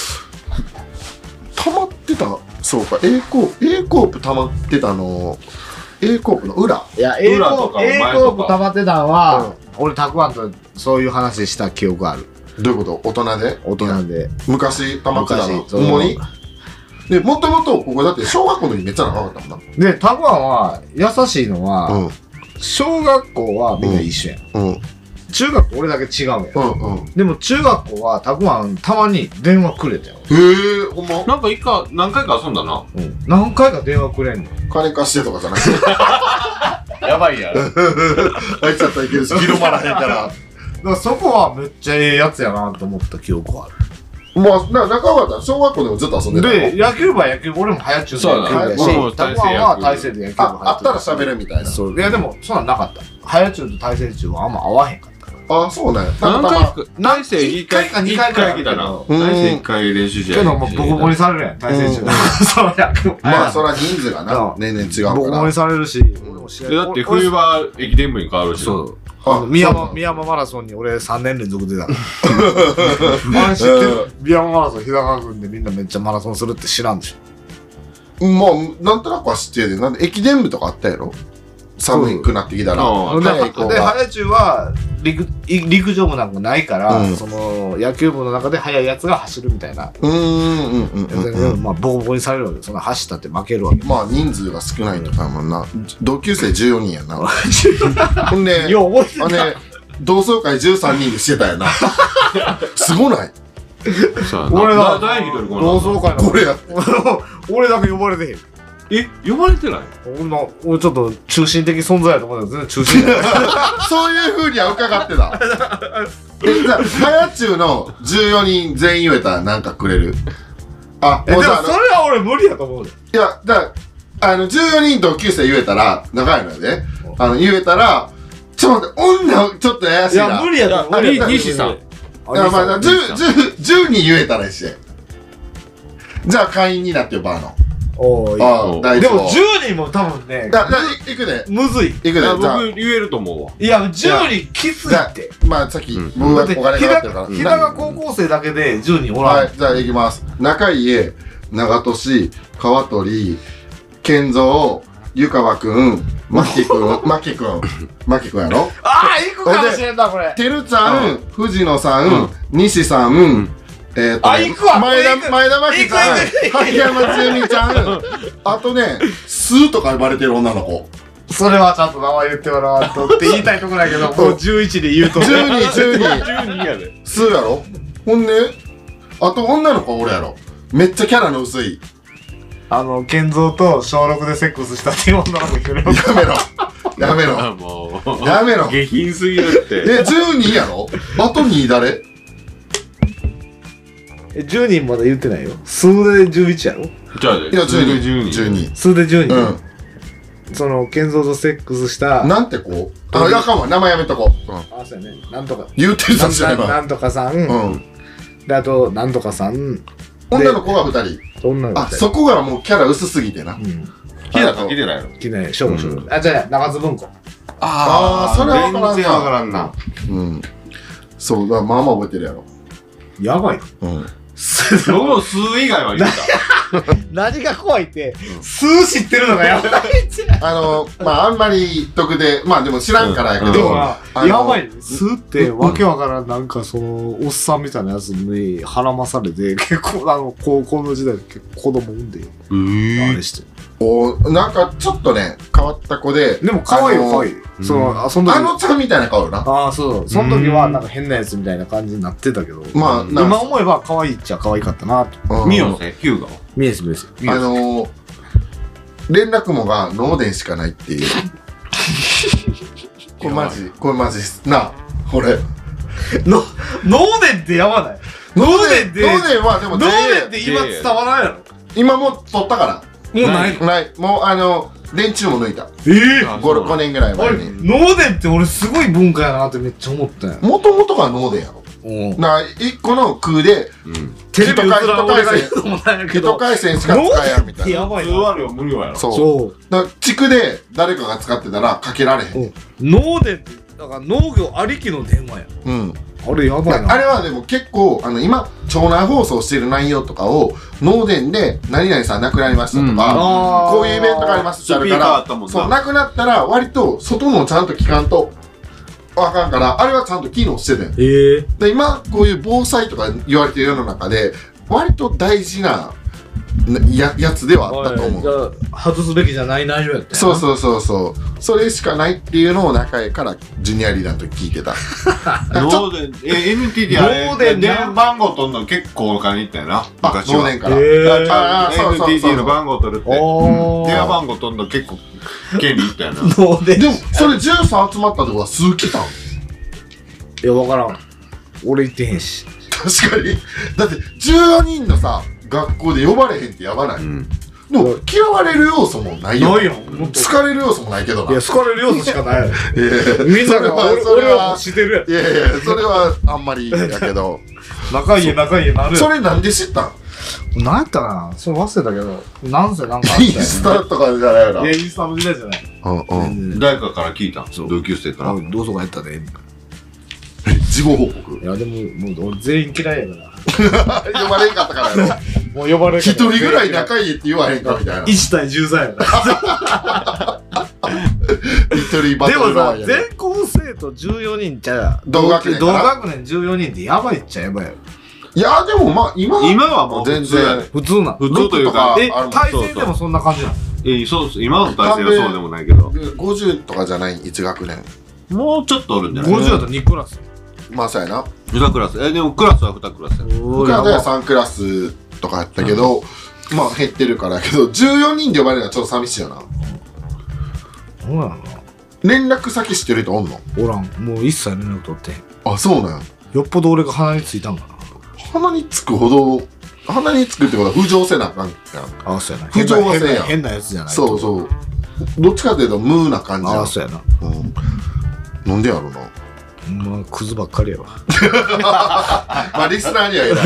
A: 溜まってた、そうか、A コープ溜まってたの、A コープの裏。
B: いや、A コープ溜まってたのは、俺、たくあんとそういう話した記憶ある。
A: どういうこと？大人で？
B: 大人で。
A: 昔溜まってたの？ほんまに？で、もともとここだって小学校の時めっちゃ長かったもんな。
B: で、たくあんは優しいのは、小学校はみんな一緒やん。中学校俺だけ違うんや。でも中学校はたくあんたまに電話くれたよ。
A: へえ、ほんま？
C: なんか何回か遊んだな。
B: 何回か電話くれんの。
A: 金貸してとかじゃない
C: やばいやろ。
A: あいつだったらいけるし、広まらへんから。だ
B: からそこはめっちゃええやつやなと思った記憶はある。
A: まあ、仲良かった。小学校でもずっと遊んでた。
B: で、野球部は野球部、俺も早中の野球部やし、たくあんは大勢で野球部入って
A: あったら喋るみたいな。
B: そう。いや、でも、そんなんなかった。早中と大勢中はあんま合わへんかった。
A: あ、そうなんや。
C: 大勢1回か2回来たな。大勢1回練習試合。
B: けどもうボコボコにされるやん、大勢中。そうや。
A: まあ、そら人数がな、年々違うから。
B: ボコボコにされるし。
C: だって冬場駅伝部に変わるし。そう。
B: 宮山マラソンに俺3年連続出た。あれ知ってる？宮山マラソン、日高郡でみんなめっちゃマラソンするって知らんでし
A: ょ。まあ、なんとなくは知ってるで。なんで駅伝部とかあったやろ？寒くなってきたら。
B: で、早中は陸上部なんかないから、その野球部の中で速いやつが走るみたいな。まあ、ボコボコにされるわけ。そんな走ったって負けるわけ。
A: まあ、人数が少ないとかもんな。同級生14人やな。ほんで、同窓会13人でしてたやな。すごない？
B: 俺だ、同窓会の。俺だけ呼ばれてへん。
C: 呼ばれてない？
B: 俺ちょっと中心的存在やと思うんだけど、全然中心じゃない。
A: そういう風には伺ってた。じゃあ、早中の14人全員言えたらなんかくれる？あ、
B: でもそれは俺無理やと思う。
A: いや、14人同級生言えたら、仲いいので、言えたら、ちょっと待って、女、ちょっと怪しいな。
B: いや、無理やと思う。
C: 西さん。い
A: や、まあ、10人言えたらいいし。じゃあ、会員になって呼ばんの。
B: おー、でも10人も多分ね、
A: いくで。
B: むずい。
A: いくで。
C: 僕言えると思うわ。
B: いや、10人きついって。
A: まあ、さっき、僕がお金かかってるから。
B: 日高高校生だけで10人おらん。
A: はい、じゃあ行きます。中家、長俊、川鳥、健三、湯川くん、マキくんやろ？
B: ああ、行くかもしれんな、これ。
A: てるちゃん、藤野さん、西さん、
B: 行くわ
A: 前田真希さん、萩山千美ちゃん、あとね、スーとか呼ばれてる女の子。
B: それはちゃんと名前言ってもらわんとって言いたいとこだけど、もう11で言うと。
A: 12
C: やで。
A: スーやろ？ほんで、あと女の子俺やろ。めっちゃキャラの薄い。
B: 健三と小6でセックスしたっていう女の子一人
A: やめろ。やめろ。
C: 下品すぎるって。
A: 10人やろ？あと2誰？
B: 10人まだ言ってないよ。数で11やろ。
C: じゃあ、
A: いや、12。
B: 数で10人。その、健三とセックスした。
A: なんて子？あ、やかんわ。名前やめとこう。
B: あ、そうやね。なんとか。
A: 言うてるさじゃないわ。
B: なんとかさん。で、あと、なんとかさん。
A: 女の子が2人。
B: 女の子。
A: あ、そこがもうキャラ薄すぎてな。
C: キラと来てないの？
B: 来てない。しょうしょう。あ、じゃあ、中津文庫。
A: ああ、それは分からんな。
C: 全然分からんな。
A: そう、だからまあまあ覚えてるやろ。
B: やばい。
C: 僕も数以外は言った。
B: 何が怖いって、数知ってるのがやばい。
A: まああんまり得で、まあでも知らんからやけど。
B: やばい。数ってわけわからん、なんかその、おっさんみたいなやつに腹まされて、結構高校の時代で結構子供産んで、あれして。
A: なんかちょっとね、変わった子で。
B: でも可愛いよ、可愛い。その時
A: あのちゃんみたいな顔よな。
B: ああ、そう。その時はなんか変なやつみたいな感じになってたけど。まあ、今思えば可愛いっちゃ可愛かったなと。
C: ミヨセ、ヒューガ
B: ミヨセ。
A: 連絡網がノーデンしかないっていう。これマジっす。なあ、これ。
B: ノーデンってやばない？ノーデンはでもノーデンって今伝わらないやろ？
A: 今もう取ったから。
B: もうない
A: もう電池も抜いた。5年ぐらい前に。
B: ノーデンって俺すごい文化やなってめっちゃ思ったんや。
A: もともとがノーデンやろ。1個の空で
B: テレビ映らん俺が言
A: うのもないけど糸回線しか使えやんみたいな。
B: やばいな。
C: 通話料無料やろ。
A: そうだから地区で誰かが使ってたらかけられへん。
B: ノーデンってだから農業ありきの電話や。あれやばいな。
A: あれはでも結構今町内放送してる内容とかをノーデンで何々さん亡くなりましたとか、こういうイベントがありますってあるから、そう亡くなったら割と外のちゃんと聞かんとあかんから、あれはちゃんと機能してて。で今こういう防災とか言われてる世の中で割と大事なやつではあったと思う。
B: じゃあ外すべきじゃない内容やった。
A: そうそれしかないっていうのを中へからジュニアリーダーの時聞いてた。
C: ノーデン NTT あれ電話番号取るの結構お金いったよな昔は。
A: ノーデンから
C: NTT の番号取るって電話番号取るの結構権利いったよな。でも
A: それ13集まったってことは数来たん？
B: いや分からん、俺行ってへんし。
A: 確かにだって14人のさ学校で呼ばれへんってやばない？でも嫌われる要素もないよ。ないよ。好かれる要素もないけどな。
B: いや好かれる要素しかないやろ。みんなが俺は知ってるやん。
A: いやそれはあんまりやけど。
B: 仲いいなる。
A: それなんで知ったん？
B: なんやったかな、それ忘れたけど、なんせなんかあったよね。
A: インスタとかじゃないよな。
B: いやインスタの時代じゃない。
C: 誰かから聞いたん？同級生から。
B: どうぞがやったでみたいな。
A: 事後報告。
B: いやでも俺全員嫌いやか
A: ら。呼ばれんかったからやろ。
B: もう呼ばれんかった。
A: 一人ぐらい仲いいって言わへんかみたいな。
B: 1対13やな。
A: 一人バトル
B: でもさ、全校生徒14人ちゃ
A: 同学年
B: 14人ってやばいっちゃやばいよ。
A: いやでもまあ今
C: はもう全然
B: 普通な。
C: 普通というか、
B: 体制でもそんな感じなの？
C: そうです。今の体制はそうでもないけど。
A: 50とかじゃない1学年。
C: もうちょっとおるんじゃない？
B: 50だと2クラス。
A: まあそうやな。
C: 2クラス。でもクラスは2クラスや。
A: 僕らでは3クラスとかやったけど、まあ減ってるからやけど、14人で呼ばれるのはちょっと寂しいよな。
B: そうなの？
A: 連絡先知ってる人おんの？
B: おらん。もう一切連絡取ってへん。
A: あ、そうなんや。
B: よっぽど俺が鼻についたんかな。
A: 鼻につくほど、鼻につくってことは浮上せなあかんやん。
B: あ、そうやな。
A: 浮上はせんやん。
B: 変なやつじゃない。
A: そう。どっちかっていうと無な感じやん。
B: あ、そうやな。
A: なんでやろな。
B: まあ、クズばっかりやわ。
A: まあ、リスナーにはいない。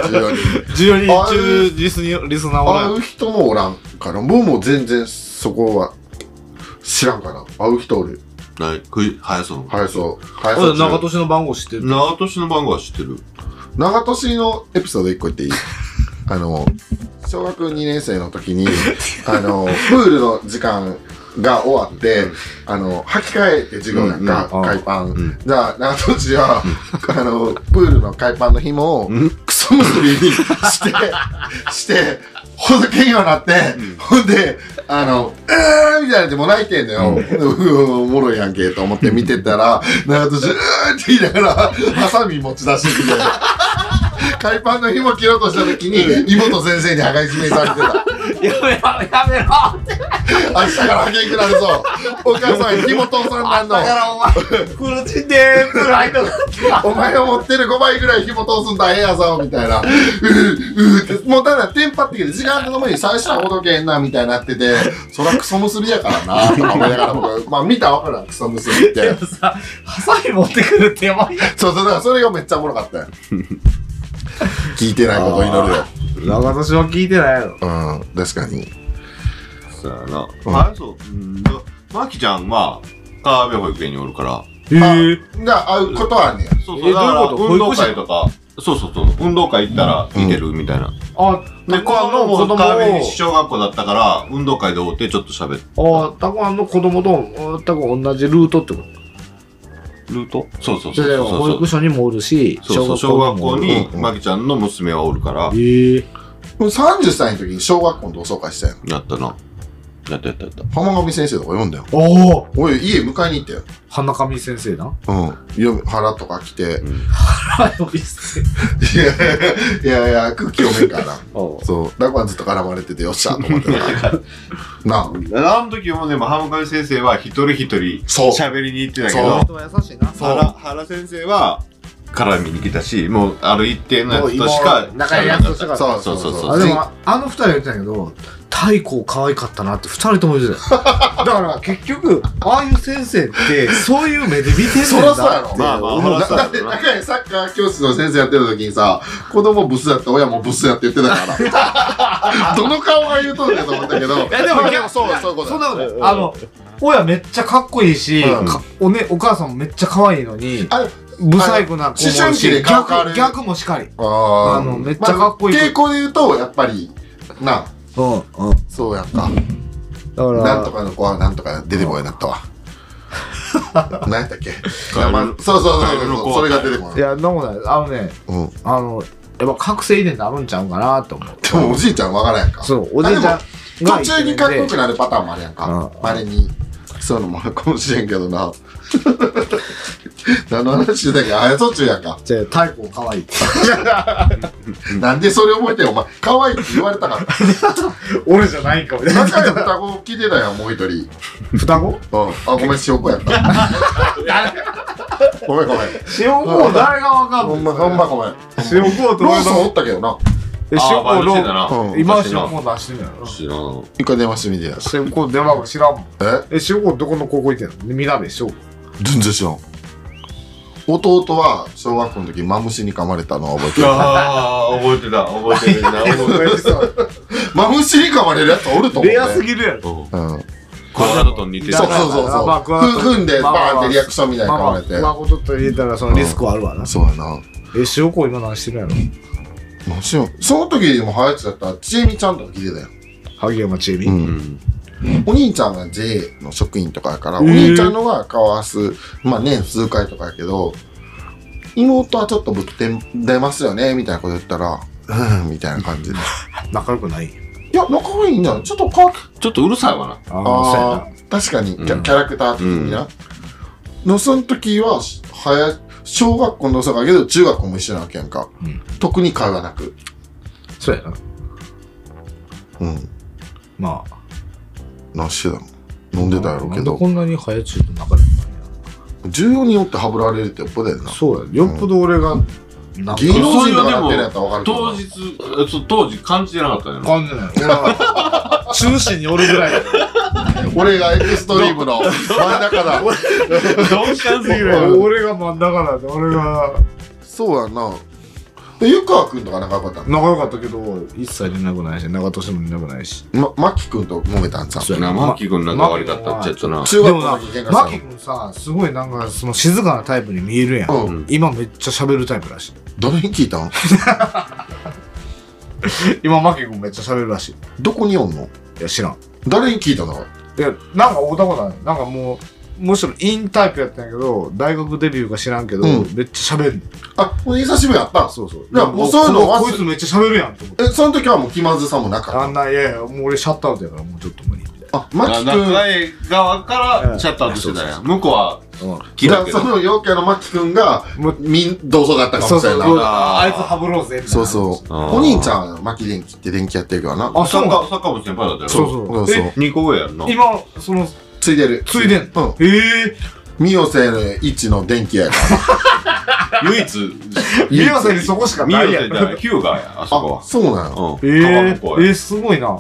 B: 14人中、リスナーおらん。
A: 会う人もおらんから、僕も全然そこは知らんかな。会う人おる。
C: 早そう。
B: 長年の番号知ってる？
C: 長年の番号は知ってる。
A: 長年のエピソード1個言っていい？小学2年生の時に、プールの時間が終わって、履き替えて授業なんか、海パン。じゃあ、長年は、プールの海パンの紐を、クソ結びにして、ほんとけんようになって、ほんで、みたいなでも泣いてんのよ。おもろいやんけ、と思って見てたら、長年、って言いながら、ハサミ持ち出してきて、海パンの紐切ろうとした時に、妹先生に羽交い締めされてた。
B: やめろ
A: 明日から派遣くなるぞ。お母さん、紐通さんなんの。
B: だからお前、フルチンでープライド
A: お前が持ってる5倍ぐらい紐通すんだ、ええやぞ、みたいな。って、もうただ、テンパってきて、時間の前に最初はほどけんな、みたいになってて、そらクソ結びやからな、とか思いながら僕、まあ見たらわかるわ、クソ結びって。
B: でもさ、ハサミ持ってくるってやばいやん。
A: そうそう、だからそれがめっちゃおもろかったよ。聞いてないことを祈るよ。
B: 長年は聞いてないやろ。
A: うん、確かに。
C: そうやな。あれそう。マキちゃんは、川辺保育園におるから。
B: へえ。
A: じゃあ、会うことはあんねや。
C: そうそう。だから運動会とか、そう。運動会行ったらいけるみたいな。
B: あ、
C: で、子供も川辺小学校だったから、運動会で会ってちょっと喋って。
B: あ、たこあんの子供と全く同じルートってこと？
C: ルート？そう。
B: 保育所にもおるし、
C: 小学校にマキちゃんの娘はおるから。
B: へえ。
A: 30歳の時に小学校の同窓会したよ。
C: やったな。やった。
A: 浜上先生とか読んだよ。
B: おお。
A: 俺、家迎えに行ったよ。
B: 花上先生な。
A: 腹とか来て。
B: 腹呼び捨て。
A: いや、空気読めんからな。そう。だからずっと絡まれてて、よっしゃと思ってな。
C: あの時もでも浜上先生は一人喋りに行ってたけど、
B: 人は優しいな。
C: 原先生は、絡みに来たし、もうある一定のやつとしか
B: 仲いいやつとしか。
C: そう。
B: でもあの二人は言ってたけど、太鼓可愛かったなって二人とも言ってたよ。だから結局ああいう先生ってそういう目で見てんねんだって。
A: そらそうやろ。
C: まあ
A: だって仲いいサッカー教室の先生やってる時にさ、子供ブスだって親もブスやって言ってたからどの顔が言うとるかと思ったけど。
B: いやでも
A: そういうこと。
B: そんなこと親めっちゃかっこいいし、お母さんもめっちゃ可愛いのに、ブサイクな子もいるし、逆もしかり。めっちゃかっこいい。
A: 傾向で言うと、やっぱり、な、そうやんか。だから、なんとかの子はなんとか出てこいなったわ。何やったっけ？そう、それが出てこない。
B: いや、なんもない。やっぱ覚醒遺伝ってあるんちゃうかなと思う。
A: でもおじいちゃんわからんやんか。
B: そう、おじいちゃん。
A: 途中にかっこよくなるパターンもあるやんか。あれに。そういうのもあるかもしれんけどな。何の話だっけ？あやそっちゅうやんか。
B: じゃあ、太鼓かわいい。
A: なんでそれ覚えてんお前、かわいいって言われたから。
B: 俺じゃないんかみたいな。
A: 仲良い双子聞いてたよ、もう一人。
B: 双子？
A: あ、ごめん、塩子やった。ごめん。
B: 塩子誰がわかんの？
A: ほんまごめん。
B: 塩子と
A: ローソンおったけどな。
B: 塩子今は塩子出してんのやろ？
C: 知らん。
A: 一回電話してみてや。
B: 塩子電話知らんもん。塩子どこの高校行ってんの？みなべ塩子。
A: 全然知らん。弟は小学校の時マムシに噛まれたのは覚えてる。
C: ああ、覚えてるな。
A: マムシに噛まれるやつおると思う。
B: レアすぎるやろ。
C: クワガタと似てる。
A: そう。踏んでバーンってリアクションみたいに噛まれて。
B: クワガタと入れたらそのリスクはあるわな。
A: そうやな。
B: 塩子今何してるやろ？
A: その時でも流行ってたちえみちゃんとか聞いてたよ。
B: 萩山ちえみ。
A: お兄ちゃんが J の職員とかやから、お兄ちゃんのが顔合わす、まあ年数回とかやけど、妹はちょっとぶって出ますよねみたいなこと言ったら、みたいな感じで。
B: 仲良くない？
A: いや、仲いいんじゃない？ちょっと
C: うるさいわな。
A: 確かに、キャラクター的にな。の、その時は、小学校のそうだけど、中学校も一緒なわけやんか。特に会話なく。
B: そうやな。まあ。
A: 何してたの？飲んでたやろうけど。
B: こんなに早中と仲良くない
A: 14人おってハブられるってよっぽどやな。
B: そうや。よっぽど俺が、
A: 芸能人とかやってるやったら分かるけど。
C: 当時感じてなかったよね。
B: 感じない。俺は、中心におるぐらい。
A: 俺がエクストリームの真ん中だ。
C: 鈍感すぎるやろ。
B: 俺が真ん中だって、俺が。
A: そうやな。湯川くんとか仲良かったの？
B: 仲良かったけど、一切連絡ないし、長年も連絡ないし。
A: マキくんと揉めたんさ。
C: そうやな、マキくんなんか悪かったっちゃったな。
A: 中学校の時喧嘩したの。
B: マキくんさ、すごいなんか、その静かなタイプに見えるやん。今めっちゃ喋るタイプらしい。
A: 誰に聞いたん？
B: 今マキくんめっちゃ喋るらしい。
A: どこにおんの？
B: いや、知らん。
A: 誰に聞いたの？
B: いや、なんか会うたことない。なんかもう、むしろインタイプやったんやけど、大学デビューか知らんけど、めっちゃ喋る。
A: あ、もう久しぶりやった？
B: そう。
A: いや、もうそういうの
B: こいつめっちゃ喋るやんと思って。
A: その時はもう気まずさもなかった？
B: あんな、いや、もう俺シャットアウトやからもうちょっと無理みたいな。
A: あ、マキくん。
C: 仲いい側からシャットアウトしてたやん。向こうは、
A: じゃあその陽キャのマキ君が同窓だったかもしれない。
B: あいつハブろうぜ。
A: そうそう。お兄ちゃんマキ電機って電気やってるからな。
C: あ、サッカー部先輩だったよ。
B: そうそう。
C: 2個上やんな。
B: 今その
A: ついでる。
B: ついでん。
A: 三好一の電気やから
C: 唯一
B: 三好にそこしかないやん。
C: ヒューガーや、あそこは。
A: そうなの。
B: すごいな。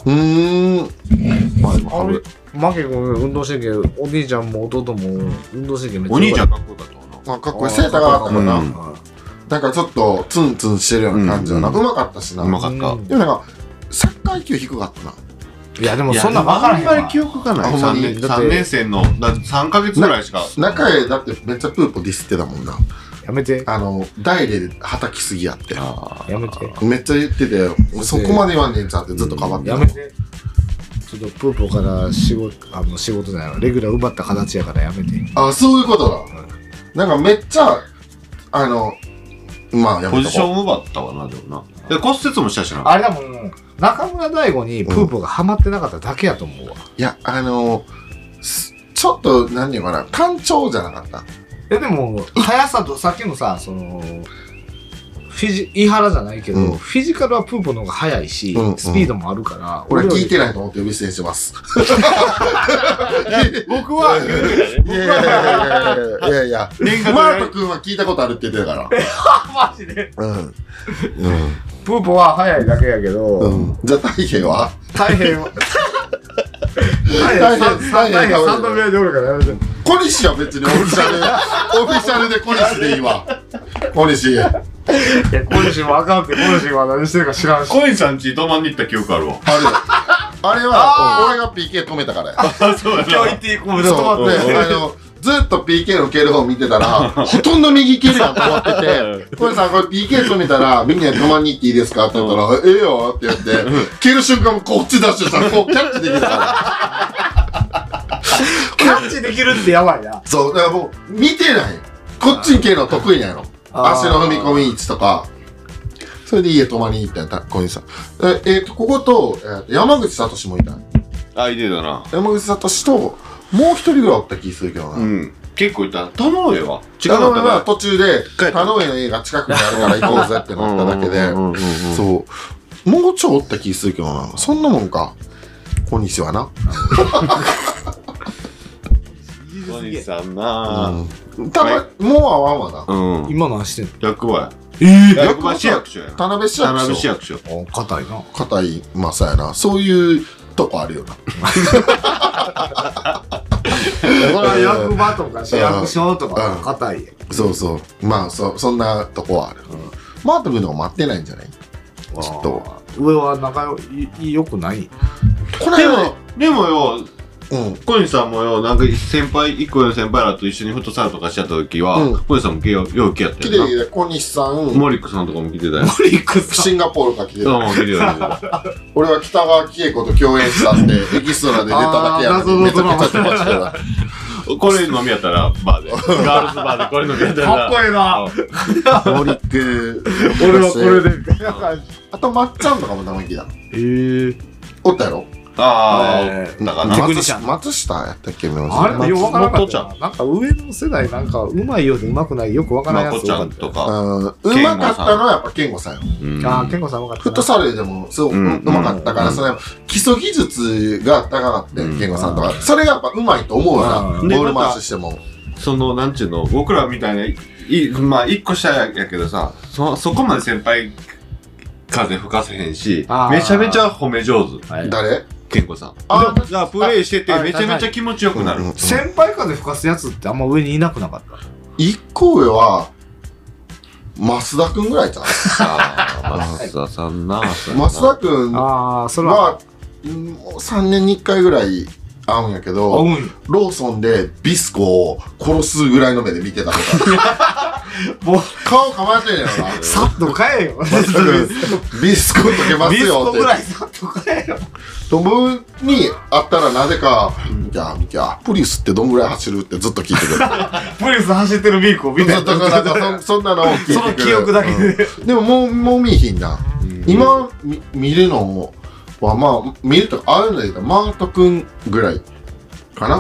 B: マケ君運動神経、お兄ちゃんも弟も運動神経めっちゃ。
C: お兄ちゃんかっこよかった
A: な。かっこいい。背高かったもんな。なんかちょっとツンツンしてるような感じだな。うまかったしな。
C: うまかった。
A: でもなんかサッカーIQ低かったな。
B: いやでもそんな分からへんわ。
C: あんまり記憶がない。3年生の3ヶ月ぐらいしか。
A: 中へだってめっちゃプーポディスってたもんな。
B: やめて。
A: 大ではたきすぎやって。
B: やめて。
A: めっちゃ言ってて、そこまで言わんねんちゃってずっとかばってた。
B: やめて。ちょっとプーポから仕事じゃないの。レギュラー奪った形やからやめて。
A: あ、そういうことだ。なんかめっちゃ、まあやめとこう。
C: ポジション奪ったわな、でもな。で、骨折もしたしな。
B: あれだもん、中村大悟にプーポがハマってなかっただけやと思うわ。
A: いや、ちょっと、なんていうかな、単調じゃなかった。
B: でも、速さと、さっきのさ、井原じゃないけど、フィジカルはプーポの方が速いし、スピードもあるから、
A: 俺は聞いてないと思って呼び捨てにしてます。
B: 僕は、
A: いやいや、マート君は聞いたことあるって言ってたから。
B: マジでプーポは速いだけやけど、
A: じゃあ太平は
B: 太平は、3度目でおるからやめて。
A: 小西は別にオフィシャルで小西でいいわ。小西。
B: 小西もあかんって、小西は何してるか知らんし。
C: 小西さんち泊まんに行った記憶あるわ。
A: あれは、俺が PK 止めたからや。
C: あ、そうやな。
B: 今日行っていこうで止まって。
A: ずっと PK の蹴る方見てたら、ほとんど右蹴るやんと思ってて、これさ、これ PK 止めたら、みんなで止まんに行っていいですかって言ったら、ええよって言って、蹴る瞬間こっち出してさ、こうキャッチできるから。
B: キャッチできるってやばいな。
A: そう、だからもう、見てない。こっちに蹴るの得意なんやろ。足の踏み込み位置とか。それで家泊まりに行ったんや、小西さん。ここと、山口聡もいた。
C: あ、いてたな。
A: 山口聡と、もう一人ぐらいおった気するけどな。
C: 結構いた。田上は違うかった
A: 田上は途中で、田上の家が近くにあるから行こうぜってなっただけで、そう。もうちょいおった気するけどな。そんなもんか。小西はな。
C: 小西さんな
A: たま、もう会わんわ
B: な。今何してんの？
C: 役場や。
A: 役場
C: 市役所や。
A: 田辺市役所。
C: 田辺市役所。
B: 硬いな。
A: 硬い、まあそうやな。そういうとこあるよな。
B: それは役場とか市役所とか硬い。
A: そうそう。まあそんなとこはある。マート君の方が待ってないんじゃない？ちょっと。
B: 上は仲良くない？
C: でもよ、小西さんもよ、なんか一個の先輩らと一緒にフットサルとかしちゃった時は、小西さんもよう来やったよな。
A: 小西さん、
C: モリックさんとかも来てたよ。
B: モリックさん
A: シンガポールから来てた。
C: 来てた。
A: 俺は北川景子と共演したって、エキストラで出ただけやのにめちゃくちゃ出ましたよ。
C: これ飲みやったら、バーで。ガールズバーでこれ飲みやったら。
B: かっこええな。
A: モリック。
B: 俺はこれで、みたいな感じ。
A: あと、まっちゃんとかもたまに来た。おったやろ？
C: ああ、だから
A: 松下やったっけ？
B: あれよくわからなかった。なんか上の世代なんかうまいようでうまくないよくわからないやつ
C: 多かったとか。
A: うまかったのはやっぱ健吾さんよ。
B: ああ、健吾さんうまかった。
A: フットサルでもすごくうまかったから、それ基礎技術が高かった健吾さんとか。それがやっぱうまいと思うな。ボール回ししても。
C: そのなんちゅうの僕らみたいなまあ一個下やけどさ、そこまで先輩風吹かせへんし、めちゃめちゃ褒め上手。
A: 誰？
C: 健吾さん。じゃあプレイしててめちゃめちゃ気持ちよくなる。
B: 先輩風吹かすやつってあんま上にいなくなかった？
A: 一個上は増田くんぐらいじゃん。
C: 増田さんな。
A: 増田くんは3年に1回ぐらい会うんやけど、ローソンでビスコを殺すぐらいの目で見てたとか。もう顔構えてんやろな。
B: さっと買えよ。
A: ビスコ溶けますよって。ビス
B: コぐらいさっと買えよ。
A: トムに会ったらなぜか、いや、ミキヤ、プリウスってどんぐらい走るってずっと聞いてくる。
B: プリウス走ってるミークを見てる。
A: そんなのを聞いてくる。
B: その記憶だけで。
A: でももう見えひんな。今見るのはまあ、見るとか、ああいうので言ったらマートくんぐらいかな。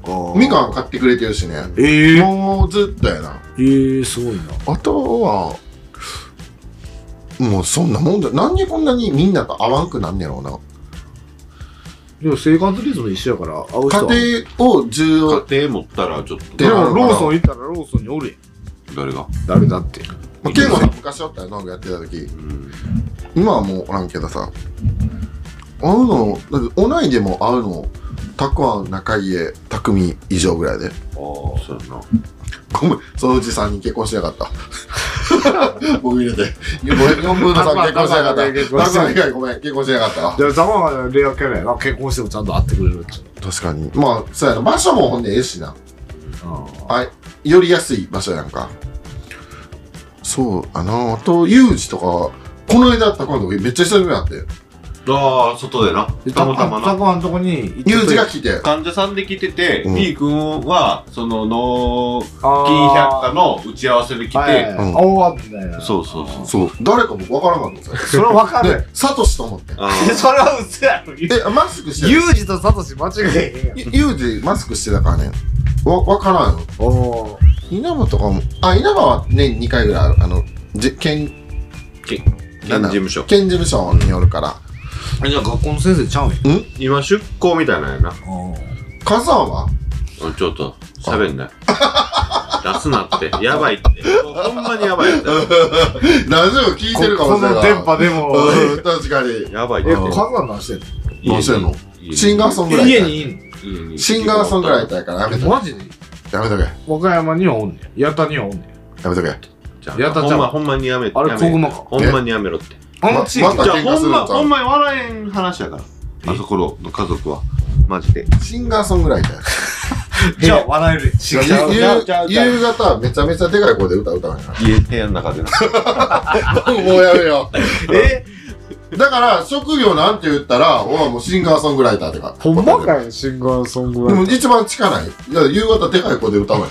A: みかん買ってくれてるしね。もうずっとやな。
B: すごいな。
A: あとは、もうそんなもんだ。なんでこんなにみんなと合わんくなんねやろうな。
B: でも生活リズム一緒やから会う人は。
A: 家庭を重要。
C: 家庭持ったらちょっと。
B: でもローソン行ったらローソンにおるやん。
C: 誰が？
B: 誰だって。
A: ケンゴさん昔おったよ、ノブやってた時。今はもうおらんけどさ。会うの、だって同いでも会うの、たくあん、中家、匠以上ぐらいで。
C: そうやな。
A: ごめん、そのうち3人結婚してなかった。僕入れて。4分の3結婚してなかった。たくあん以外ごめん、結婚してなかった。
B: じゃあ、ざまがレアキャラやな。結婚してもちゃんと会ってくれるって。
A: 確かに。まあ、そうやな。場所もほんでええしな。より安い場所やんか。そう、あと、ユージとか、この間たくあんの時めっちゃ久しぶりになって。
C: ああ、外でな。たまたまな。
B: たくあんのとこに、
A: ユージが来て。
C: 患者さんで来てて、B 君は、その、納金百科の打ち合わせで来て、
B: みたいな。
C: そう。
A: 誰か僕分からなかったんです
B: よ。それは分かる。
A: サトシと思って。
B: それは嘘やろ。
A: マスクしてる。
B: ユージとサトシ間違えへんやん。
A: ユージマスクしてたからね。分からんよ。稲葉とかも、稲葉は年2回ぐらいある。県
C: 事務所。
A: 県事務所によるから。
B: じゃあ学校の先生ちゃうんや。
C: 今出向みたいなんやな。
A: 火山は
C: ちょっと、喋んなよ。出すなって。やばいって。ほんまにやばいって。
A: ラジオ聞いてるかもしれない。
B: この電波でも。
A: 確かに。
C: やばいって。
B: 火山何してんの？
A: 何してんの？シンガーソングライター。
B: 家にいん
A: の？シンガーソングライターやからやめとけ。
B: マジで？
A: やめとけ。
B: 和歌山にはおんねん。八幡にはおんねん。
A: やめとけ。
B: やったちゃん。
C: ほんまにやめて。
B: あれ、小熊か。
C: ほんまにやめろって。
B: あの地域
C: じゃあほんまに笑えん話やから。あそこの家族は。マジで。
A: シンガーソングライター。
B: じゃあ笑える。
A: 夕方めちゃめちゃでかい声で歌うたんやな。
C: 部屋の中でな。
A: もうやめよう。だから職業なんて言ったら、もうシンガーソングライターってか。
B: ほんまかよ、シンガーソングライター。
A: でも一番近ない。夕方でかい声で歌うやん。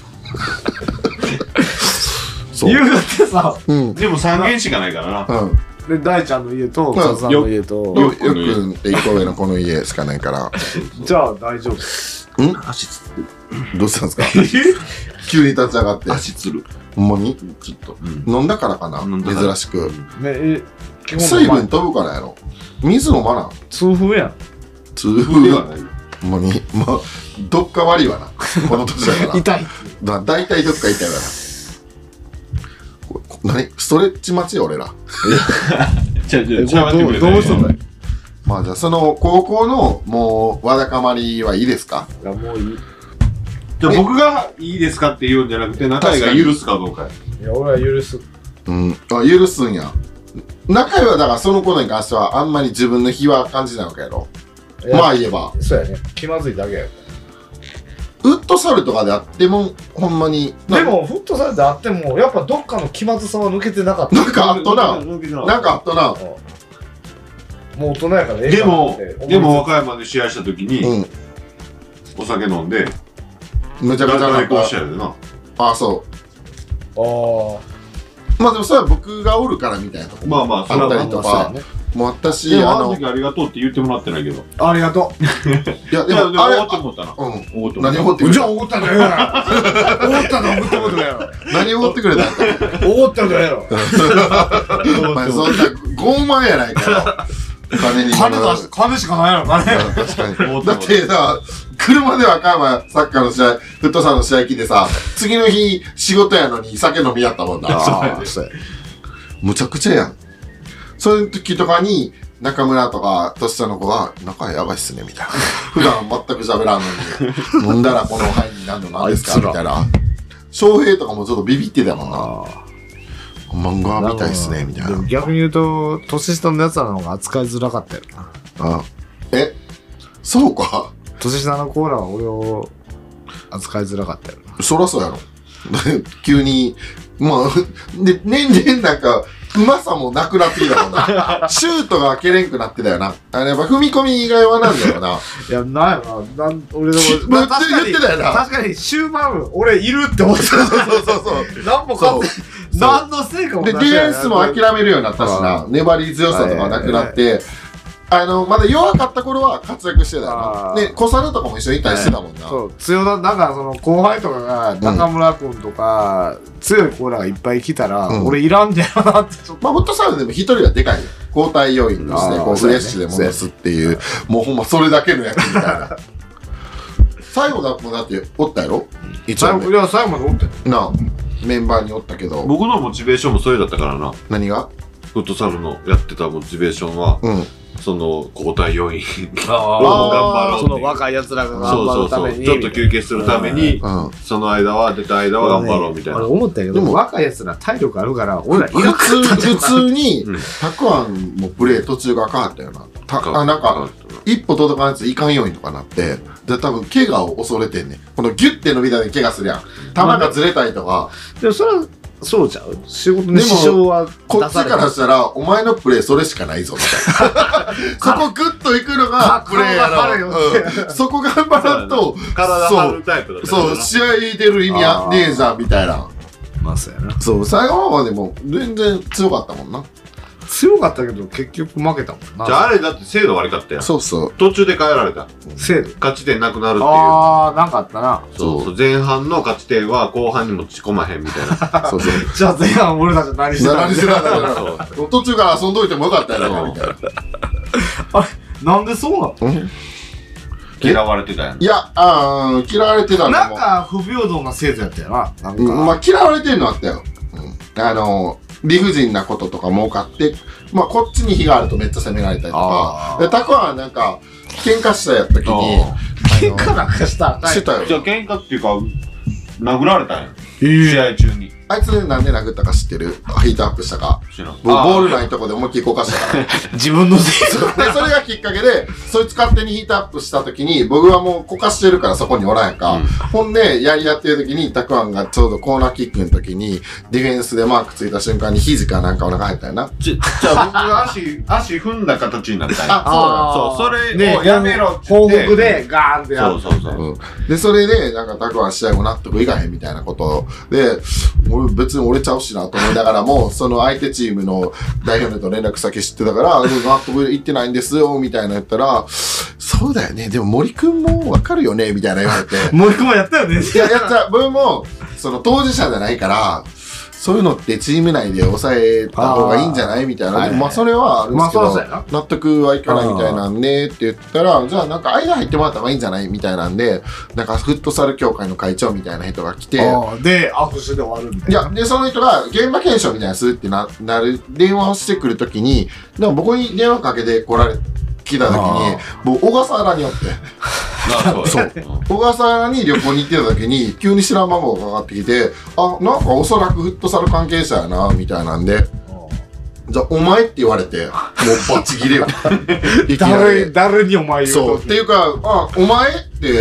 B: 夕方さ、
C: でも3軒しかないからな。
B: で、大ちゃんの家と、カズさんの家と、
A: よくんって1個上のこの家しかないから。
B: じゃあ大丈夫。
C: 足つる。
A: どうしたんですか？急に立ち上がって。
C: 足つる。
A: ほんまにちょっと。飲んだからかな珍しく。水分飛ぶからやろ。水飲まな。
B: 痛風やん。
A: 痛風はない。ほんまに。まあ、どっか悪いわな。この年だから。
B: 痛い。
A: 大体どっか痛いわな。何ストレッチ待ちよ俺ら。
B: どうしたんだよ。
A: まあじゃあその高校のもうわだかまりはいいですか？
B: いやもういい。
C: じゃあ僕がいいですかって言うんじゃなくて中井が許すかどうか。
B: いや俺は許す。
A: 許すんや。中井はだからそのことに関してはあんまり自分の非は感じないわけやろ。まあ言えば。
B: そうやね。気まずいだけや。
A: フットサルとかであってもほんまに
B: でもフットサルであってもやっぱどっかの気まずさは抜けてなかった。
A: なんかあったな。なんかあったな。
B: もう大人やから
C: でも和歌山で試合した時にお酒飲んで
A: めちゃくちゃ
C: 対抗したよな。
A: ああそう。まあでもそれは僕がおるからみたいなとこ
C: まあまあ
A: あったりとかもあったし、
C: あの時ありがとうって言ってもらってないけど。
B: ありがとう。
C: いやでもあれおごってもらったな。
A: 何おごってくれた？
B: じゃあおごったんだよ。おごったのおごったことだよ。
A: 何おごってくれた？
B: おごったんだよ。
A: お前そんな傲慢やないか。
B: 金しかないやろ、金。
A: 確かに。だってさ、車で和歌山サッカーの試合、フットサルの試合来てさ、次の日仕事やのに酒飲みやったもんな。むちゃくちゃやん。そういう時とかに、中村とか、年下の子が、仲やばいっすね、みたいな。普段全く喋らんのに、飲んだらこの範囲になるの何ですかみたいな。翔平とかもちょっとビビってたもんな。漫画みたいっすね、みたいな。
B: でも逆に言うと、年下のやつらの方が扱いづらかったよな。
A: そうか。
B: 年下のコーラは俺を扱いづらかったよな。
A: そらそうやろ。急に、まあ、で、年々なんか、うまさもなくなってきたもんな。シュートが蹴れんくなってたよな。やっぱ踏み込み以外はなんだよな。
B: いや、なんやろな。俺でも、
A: 言ってたよな。
B: 確かに終盤、俺いるって思ってた。
A: そう。
B: 何もかって、何のせいかも
A: で、ディフェンスも諦めるようになったしな。粘り強さとかなくなって、 まだ弱かった頃は活躍してたよな。で、小猿とかも一緒にいたりしてたもんな。
B: そう、強だ、なんかその後輩とかが、中村君とか、強い子らがいっぱい来たら、俺いらんじゃんなってちょっと。
A: まあ、フットサルでも一人はでかいよ。交代要員として、こう、フレッシュで戻すっていう、もうほんまそれだけの役みたいな。最後だもだっておったやろ
B: 一応。いや、最後までおったよ。
A: なあ、メンバーにおったけど。
C: 僕のモチベーションもそれだったからな。
A: 何が
C: フットサルのやってたモチベーションは、その交代要員
B: 頑張ろう。その若い奴らが頑張るために。
C: ちょっと休憩するために、その間は、出た間は頑張ろうみたいな。
B: 俺思ったけど、でも若い奴ら体力あるから、俺らいなかった
A: 普通に、たくあんもプレー途中が変わったよな。なんか、一歩届かないやついかん要員とかなって、で、多分、怪我を恐れてんねん。このギュッて伸びたで怪我するやん。球がずれたりとか。
B: でもそれは、そうちゃう仕事に支障は
A: こっちからしたら、お前のプレーそれしかないぞ、みたいな。そこグッといくのがプレーやろ。そこ頑張らんと、
C: 体張るタイプだった。
A: そう、試合出る意味はねえじゃん、みたいな。
B: まあ、そうやな。
A: そう、最後までも全然強かったもんな。
B: 強かったけど結局負けたもんな。
C: じゃああれだって精度悪かったやん。
A: そうそう。
C: 途中で変えられた。
B: 精度
C: 勝ち点なくなるっていう。
B: ああ、なんかあったな。
C: そうそう。前半の勝ち点は後半に持ち込まへんみたいな。
A: そうそう。
B: じゃあ前半俺たち何してた
A: 何してたんだろう。途中から遊んどいてもよかったやろ、みたいな。
B: あれなんでそうなの
C: 嫌われてたやん。
A: いや、嫌われてたんだ
B: なんか不平等な制度やったよな。なんか。
A: まあ嫌われてるのあったよ。理不尽なこととかも多かって、まあこっちに火があるとめっちゃ責められたりとか、で、タコはなんか、喧嘩したやった時に、
B: 喧嘩なんかした
A: よ。
C: じゃあ喧嘩っていうか、殴られたんや。試合中に。
A: あいつなんで殴ったか知ってる？ヒートアップしたか。ボールないとこで思いっきりこかしたから。
B: 自分のせい
A: で、それがきっかけで、そいつ勝手にヒートアップした時に、僕はもうこかしてるからそこにおらんやんか。ほんで、やり合ってる時に、たくあんがちょうどコーナーキックの時に、ディフェンスでマークついた瞬間に肘かなんかお腹入ったよな。
C: じゃあ僕が足踏んだ形になったんや。
A: あ、
C: そう、それをやめろって
B: 報告でガーンってやる。
C: そう。
A: で、それで、なんかたくあん試合も納得いかへんみたいなことで、俺別に折れちゃうしなと思いながらも、その相手チームの代表と連絡先知ってたから、納得いってないんですよ、みたいな言ったら、そうだよね、でも森くんもわかるよね、みたいな言われて。
B: 森くんもやったよね。
A: いや、やった。僕も、その当事者じゃないから、そういうのってチーム内で抑えた方がいいんじゃないみたいな。でもまあそれはあるんですけど、納得はいかないみたいなんでって言ったら、じゃあなんか間入ってもらった方がいいんじゃないみたいなんで、なんかフットサル協会の会長みたいな人が来て、
B: で、握手で終わるみたいな。
A: いや、で、その人が現場検証みたいなするってなる、電話をしてくるときに、でも僕に電話かけて来た時に、僕、小笠原におって。そう。小笠原に旅行に行ってた時に、急に知らん番号がかかってきて、あ、なんかおそらくフットサル関係者やな、みたいなんで、じゃあ、お前って言われて、もうバチ切れよ。
B: 誰にお前言う
A: そう。っていうか、あ、お前って、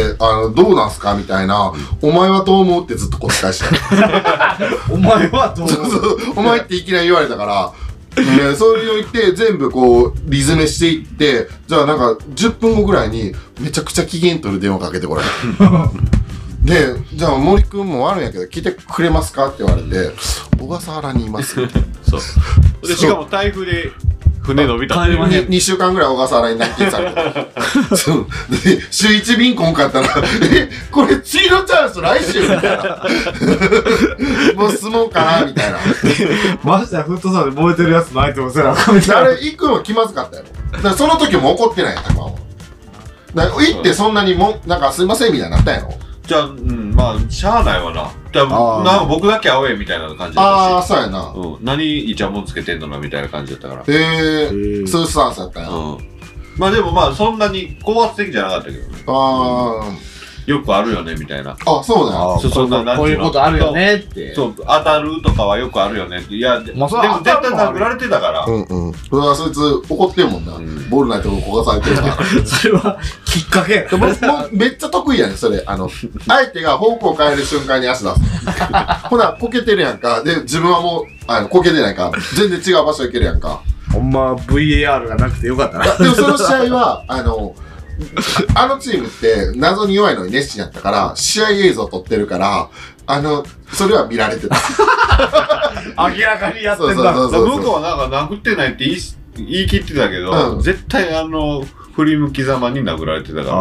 A: どうなんすかみたいな、お前はどう思うってずっとこっち返して
B: お前はどう思う
A: そう、お前っていきなり言われたから、そういうの言って、全部こう、リズメしていって、じゃあなんか、10分後ぐらいに、めちゃくちゃ機嫌取る電話かけてこられで、じゃあ森くんも悪いんやけど、来てくれますかって言われて、小笠原にいます。
C: そう。で、しかも台風で、船伸びたって
A: 2週間ぐらい小笠原に軟禁されてそう。で、週1便来んかったら、これ次のチャンス来週みたいな。もう相撲かなみたいな。
B: ましてやフットサルで燃えてるやつの相手もせなあかんみたいな。
A: あれ、行くの気まずかったやろ。だからその時も怒ってないやん、たくあんは。行ってそんなにも、なんかすいませんみたいになったんやろ。
C: じゃあ、まあ、しゃあないわな。なんか僕だけアウェイみたいな感じだったし。
A: ああ、そうやな。
C: 何イチャモンつけてんのなみたいな感じだったから。
A: そういうスタンスだったんや。
C: まあでもまあ、そんなに高圧的じゃなかったけどね。よくあるよね、みたいな。
A: あ、そうだよ。
B: そんな、こういうことあるよねって。
C: そう、当たるとかはよくあるよねって。いや、でも絶対殴られてたから。
A: それはそいつ怒ってるもんな。ボールないとこ焦がされてるから。
B: それは、きっかけ。
A: もうめっちゃ得意やねん、それ。相手が方向変える瞬間に足出す。ほな、こけてるやんか。で、自分はもう、こけてないか。全然違う場所行けるやんか。
B: ほんま、VAR がなくてよかったな。
A: でもその試合は、あのチームって謎に弱いのに熱心やったから、試合映像撮ってるから、それは見られてた。
B: 明らかにやってんだ。
C: 向こうはなんか殴ってないって言い切ってたけど、絶対振り向きざまに殴られてたから。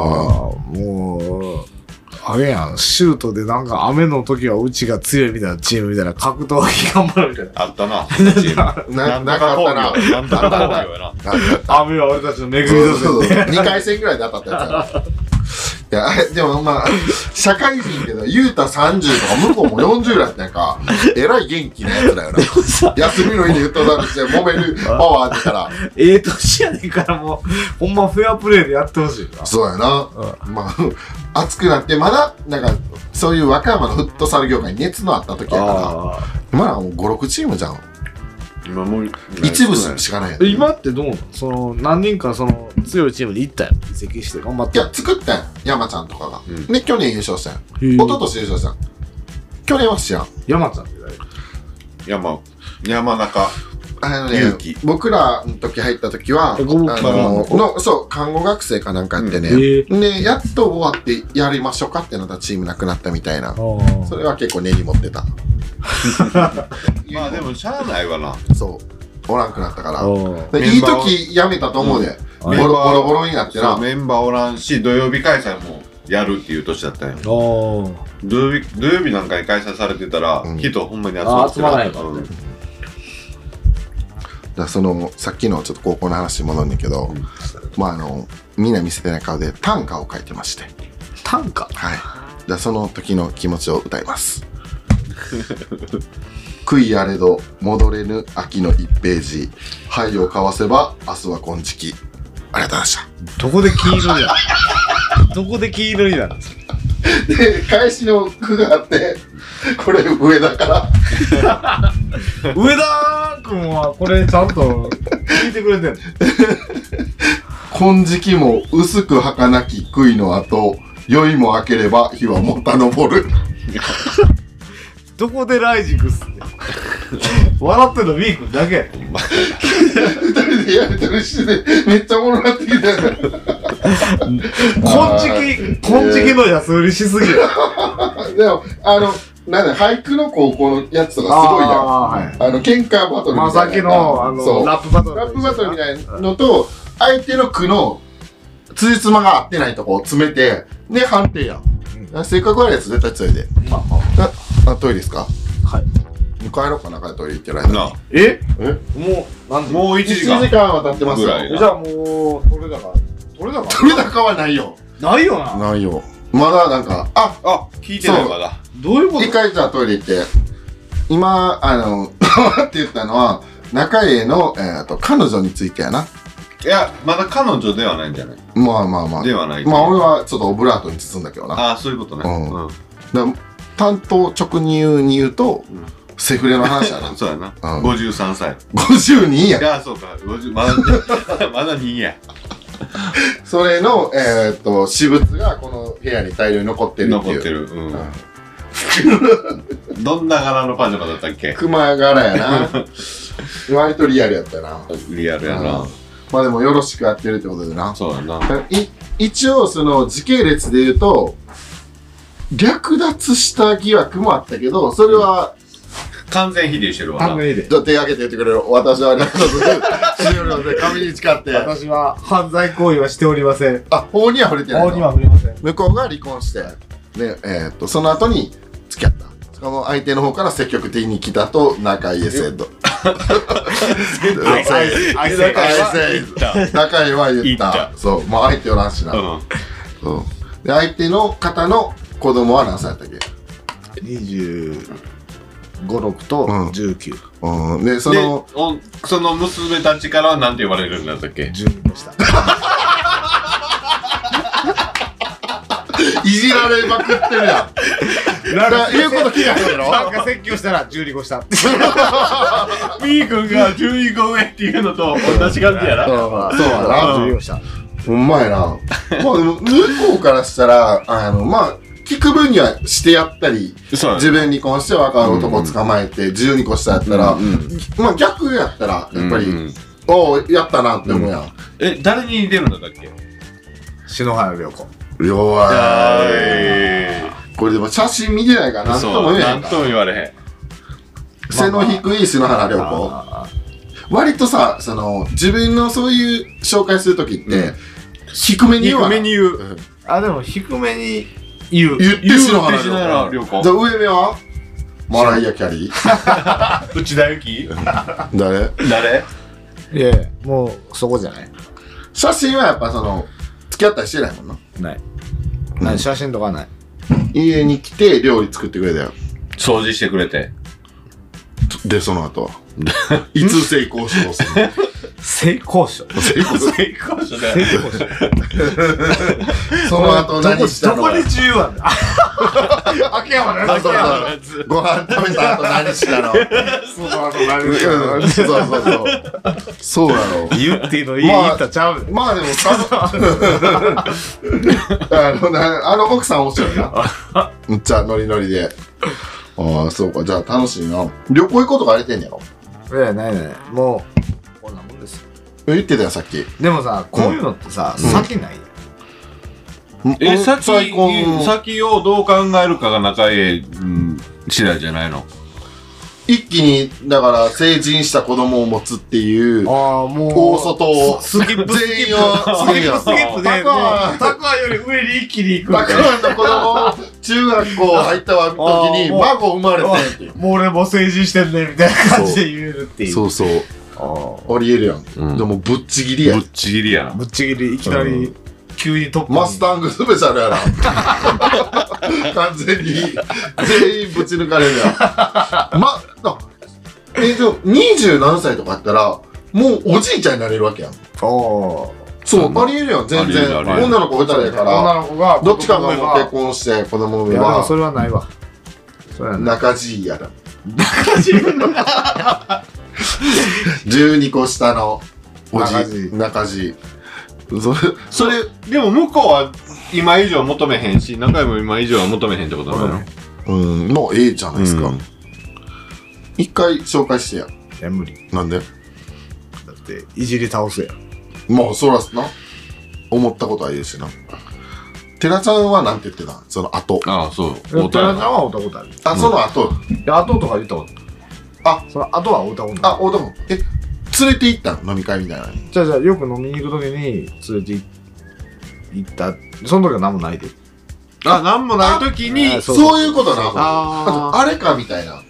B: もう、あれやん、シュートでなんか雨の時はうちが強いみたいなチームみたいな、格闘技頑張るみたいな。
C: あったな。
A: なんだかったな。
C: なんだか工業や
B: な。雨は俺たちの恵みだぜって。
A: 2回戦ぐらいで当たったやつや。いや、でもまあ、社会人けど、言うた30とか、向こうも40ぐらいってなんか、えらい元気なやつだよな。休みの日に言ったらして、揉めるパワーってから。
B: 年やねんからもう、ほんまフェアプレーでやってほしいな。
A: そうやな。まあ、熱くなって、まだ、なんか、そういう和歌山のフットサル業界に熱のあった時やから、まあもう5、6チームじゃん。
C: 今もう
A: 一部しかないやん。
B: 今ってどうなの？何人か強いチームに行ったよ。移籍して頑張って。
A: いや、作ったやん。山ちゃんとかが。で、去年優勝したやん。一昨年優勝したやん。去年は知らん。
B: 山ちゃんって誰？
C: 山中。
A: 僕らの時入った時は、そう、看護学生かなんかやってね。で、やっと終わってやりましょうかってなったらチームなくなったみたいな。それは結構根に持ってた。
C: まあでもしゃあないわな。
A: そう。おらんくなったから。いい時やめたと思うで。ボロボロになってな。
C: メンバーおらんし、土曜日開催もやるっていう年だったんよ。土曜日なんかに開催されてたら、人ほんまに
B: 集まないからね。
A: ださっきのちょっと高校の話に戻るんだけど、まあみんな見せてない顔で短歌を書いてまして。
B: 短歌？
A: はい。その時の気持ちを歌います。悔いあれど戻れぬ秋の1ページ、灰を交わせば明日は金色。ありがとうございました。
B: どこで黄色になる？どこで黄色になるんですか？
A: で、返しの句があって、これ上田から。
B: 上田君はこれちゃんと聞いてくれてんの？
A: 金色も薄く儚き悔いの後、酔いも明ければ日はもた昇る。
B: どこでライジングすんねん。笑ってんのミー君だけ。
A: 二人でやりとりしててめっちゃおもろなってきたよ。
B: 金色の安売りしすぎる。
A: でもなんだ俳句の高校のやつとかすごいやん。喧嘩バトルみたいな。
B: さっきのラップバトル。
A: ラップバトルみたいなのと、相手の句の辻褄が合ってないとこを詰めて、で判定やん。性格悪いやつ絶対強いで。トイレですか？
B: はい。
A: 帰ろうかな、トイレ行ってないのに。
B: もう、なんで？
C: もう1時間。
A: 1時間は経ってますよ。
B: じゃあもう、取れ高
A: はないよ。
B: ないよな。
A: ないよ。まだなんか、
C: 聞いてないまだ。
B: どういうこと？
A: 一回じゃあトイレ行って、今、って言ったのは、中江の、彼女についてやな。
C: いや、まだ彼女ではないんじゃない？
A: まあ。
C: ではない。
A: まあ俺はちょっとオブラートに包んだけどな。
C: そういうことね。
A: 担当直入に言うと、セフレの話やな。
C: そうやな。53歳。
A: 52や。
C: いや、そうか。まだ2や。
A: それの、私物がこの部屋に大量に残ってるっていう。
C: 残ってる。どんな柄のパジャマだったっけ？
A: 熊柄やな。割とリアルやったな。
C: リアルやな。
A: まあでもよろしくやってるってことでな。
C: そうやな。
A: 一応時系列で言うと、略奪した疑惑もあったけど、それは、
C: 完全否定してるわな。
B: 完全否定。
A: 手挙げて言ってくれる。私は略奪しておりません。紙に誓って。
B: 私は犯罪行為はしておりません。
A: 法には触れてないの。
B: 法には触れません。
A: 向こうが離婚して、で、その後に付き合った。しかも相手の方から積極的に来たと仲井エセッド。仲井は言った。そう。まあ相手おらんしな。で、相手の方の子供は何歳やったっけ
B: ？25、6と19。
A: で、
C: その娘たちからは何て呼ばれるんだったっけ
B: ？12個下。
A: いじられまくってるやん。言うこと聞かへんやろ。
B: なんか説教したら12個下。
C: みーくんが12個上っていうのと同じ感じやな。
A: そうやな。
B: 12個下。
A: ほんまやな。まあでも、向こうからしたら、まあ、聞く分にはしてやったり、自分離婚して若い男を捕まえて12個下やったら、まあ逆やったら、やっぱり、やったなって思うやん。
C: 誰に似てるんだったっけ？
B: 篠原涼子。
A: 弱い。これでも写真見てないからなんとも言えへん。
C: なんとも言われへん。
A: 背の低い篠原涼子。 割とさ、その、自分のそういう紹介するときって、低めに言うわな。
C: 低めに言う。
B: あ、でも低めに言う。
A: 言ってしまう
C: 篠原涼子。
A: じゃあ上目はマライア・キャリー
C: 内田有紀
A: 誰
B: いやいや、もうそこじゃない。
A: 写真はやっぱその、付き合ったりしてないもんな。
B: ない。写真とかない。
A: 家に来て料理作ってくれたよ。
C: 掃除してくれて。
A: で、その後は。いつ性交渉をする
B: 性交渉
C: 性交渉だよ。
A: その後何したの
B: どこで重要なんだ秋山のやつ。
A: ご飯食べた後何したの
B: その後何したの
A: そうなの。
B: 言っていいの言ったちゃう。
A: まあでもあの奥さん面白いな。むっちゃノリノリで。ああ、そうか。じゃあ楽しいな。旅行行こうとかあれてんやろ？
B: いや、ない。もう、こんなもんですよ。
A: 言ってたよ、さっき。
B: でもさ、こういうのってさ、先ない
C: 先をどう考えるかが中江次第じゃないの？
A: 一気に、だから、成人した子供を持つっていう、
B: もう、
A: 大外を、
B: スキップ
A: 全員を、
B: スキップで、タコアより上に一気に行く。
A: タコアの子供、中学校入った時に、孫生まれてっていう。
B: もう俺も成人してんね、みたいな感じで言えるっていう。
A: そうそう。ありえるやん。でも、ぶっちぎりや。
C: ぶっちぎりやな。
B: ぶっちぎり、いきなり、急にトップ。
A: マスタングスペシャルやな。完全に、全員ぶち抜かれるやん。20何歳とかあったら、もうおじいちゃんになれるわけやん。
B: そう、
A: ありえるやん、全然。女の子2人やから、
B: 女の子が、
A: どっちかがもう結婚して子供産めば、
B: それはないわ。
A: 中地やだ。中地12個下のおじ、中地。
C: それ、でも向こうは今以上求めへんし、中山も今以上は求めへんってことなの？
A: もうええじゃないですか。一回紹介してや。
B: いや、無理。
A: なんで？
B: だって、いじり倒すやん。
A: もう、そらすな。思ったことは言うしな。寺ちゃんはなんて言ってた？その後。
C: ああ、そう。
B: 寺ちゃんは会ったことある。
A: あ、その後。
B: いや、後とか言ったこと。その後は会ったことない。
A: あ、会ったこと。連れて行ったの？飲み会みたいな。
B: じゃあ、よく飲みに行くときに連れて行った。その時は何もないで。
C: 何もないときに、
A: そういうことな。あれかみたいな。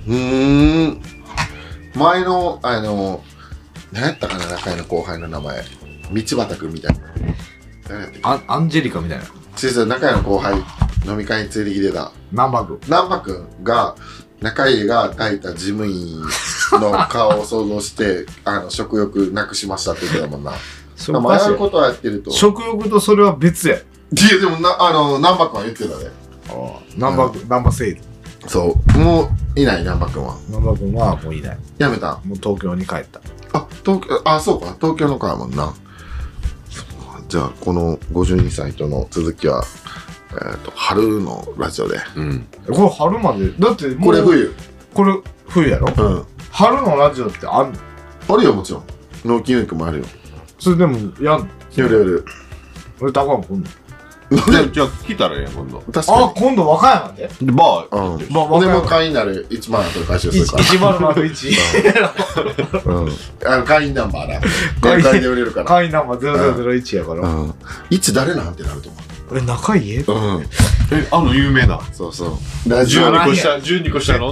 A: 前の、何やったかな、中井の後輩の名前。道端くんみたいな。誰やったっけ？
B: アンジェリカみたいな。
A: 中井の後輩、飲み会に連れてきてた。
B: 南波
A: くんが、中井が書いた事務員の顔を想像して、食欲なくしましたって言ってたもんな。やることはやってると。
B: 食欲とそれは別や。
A: いや、でも南波くんは言ってたね。
B: 南波セール。
A: そう。もういない、南波くんは。
B: 南波くんはもういない。
A: やめた？
B: もう東京に帰った。
A: そうか。東京の子やもんな。じゃあ、この52歳との続きは、春のラジオで。
B: これ春まで、だって
A: これ冬。
B: これ冬やろ？春のラジオってあるの？
A: あるよ、もちろん。農機ウィークもあるよ。
B: それでも、や
A: る。
B: 俺、高山来んの？
C: じゃあ来たらええやん、今度。
A: 確かに。
B: 今度和歌山で？
A: 俺も会員になる1万円回収するから。
B: 1001。
A: 会員ナンバーな。会員で売れるから。
B: 会員ナンバー0001やから。
A: いつ誰なんてなると思う。
B: 俺、仲いい？
C: 有名な。
A: そうそう。
C: 12個下のって。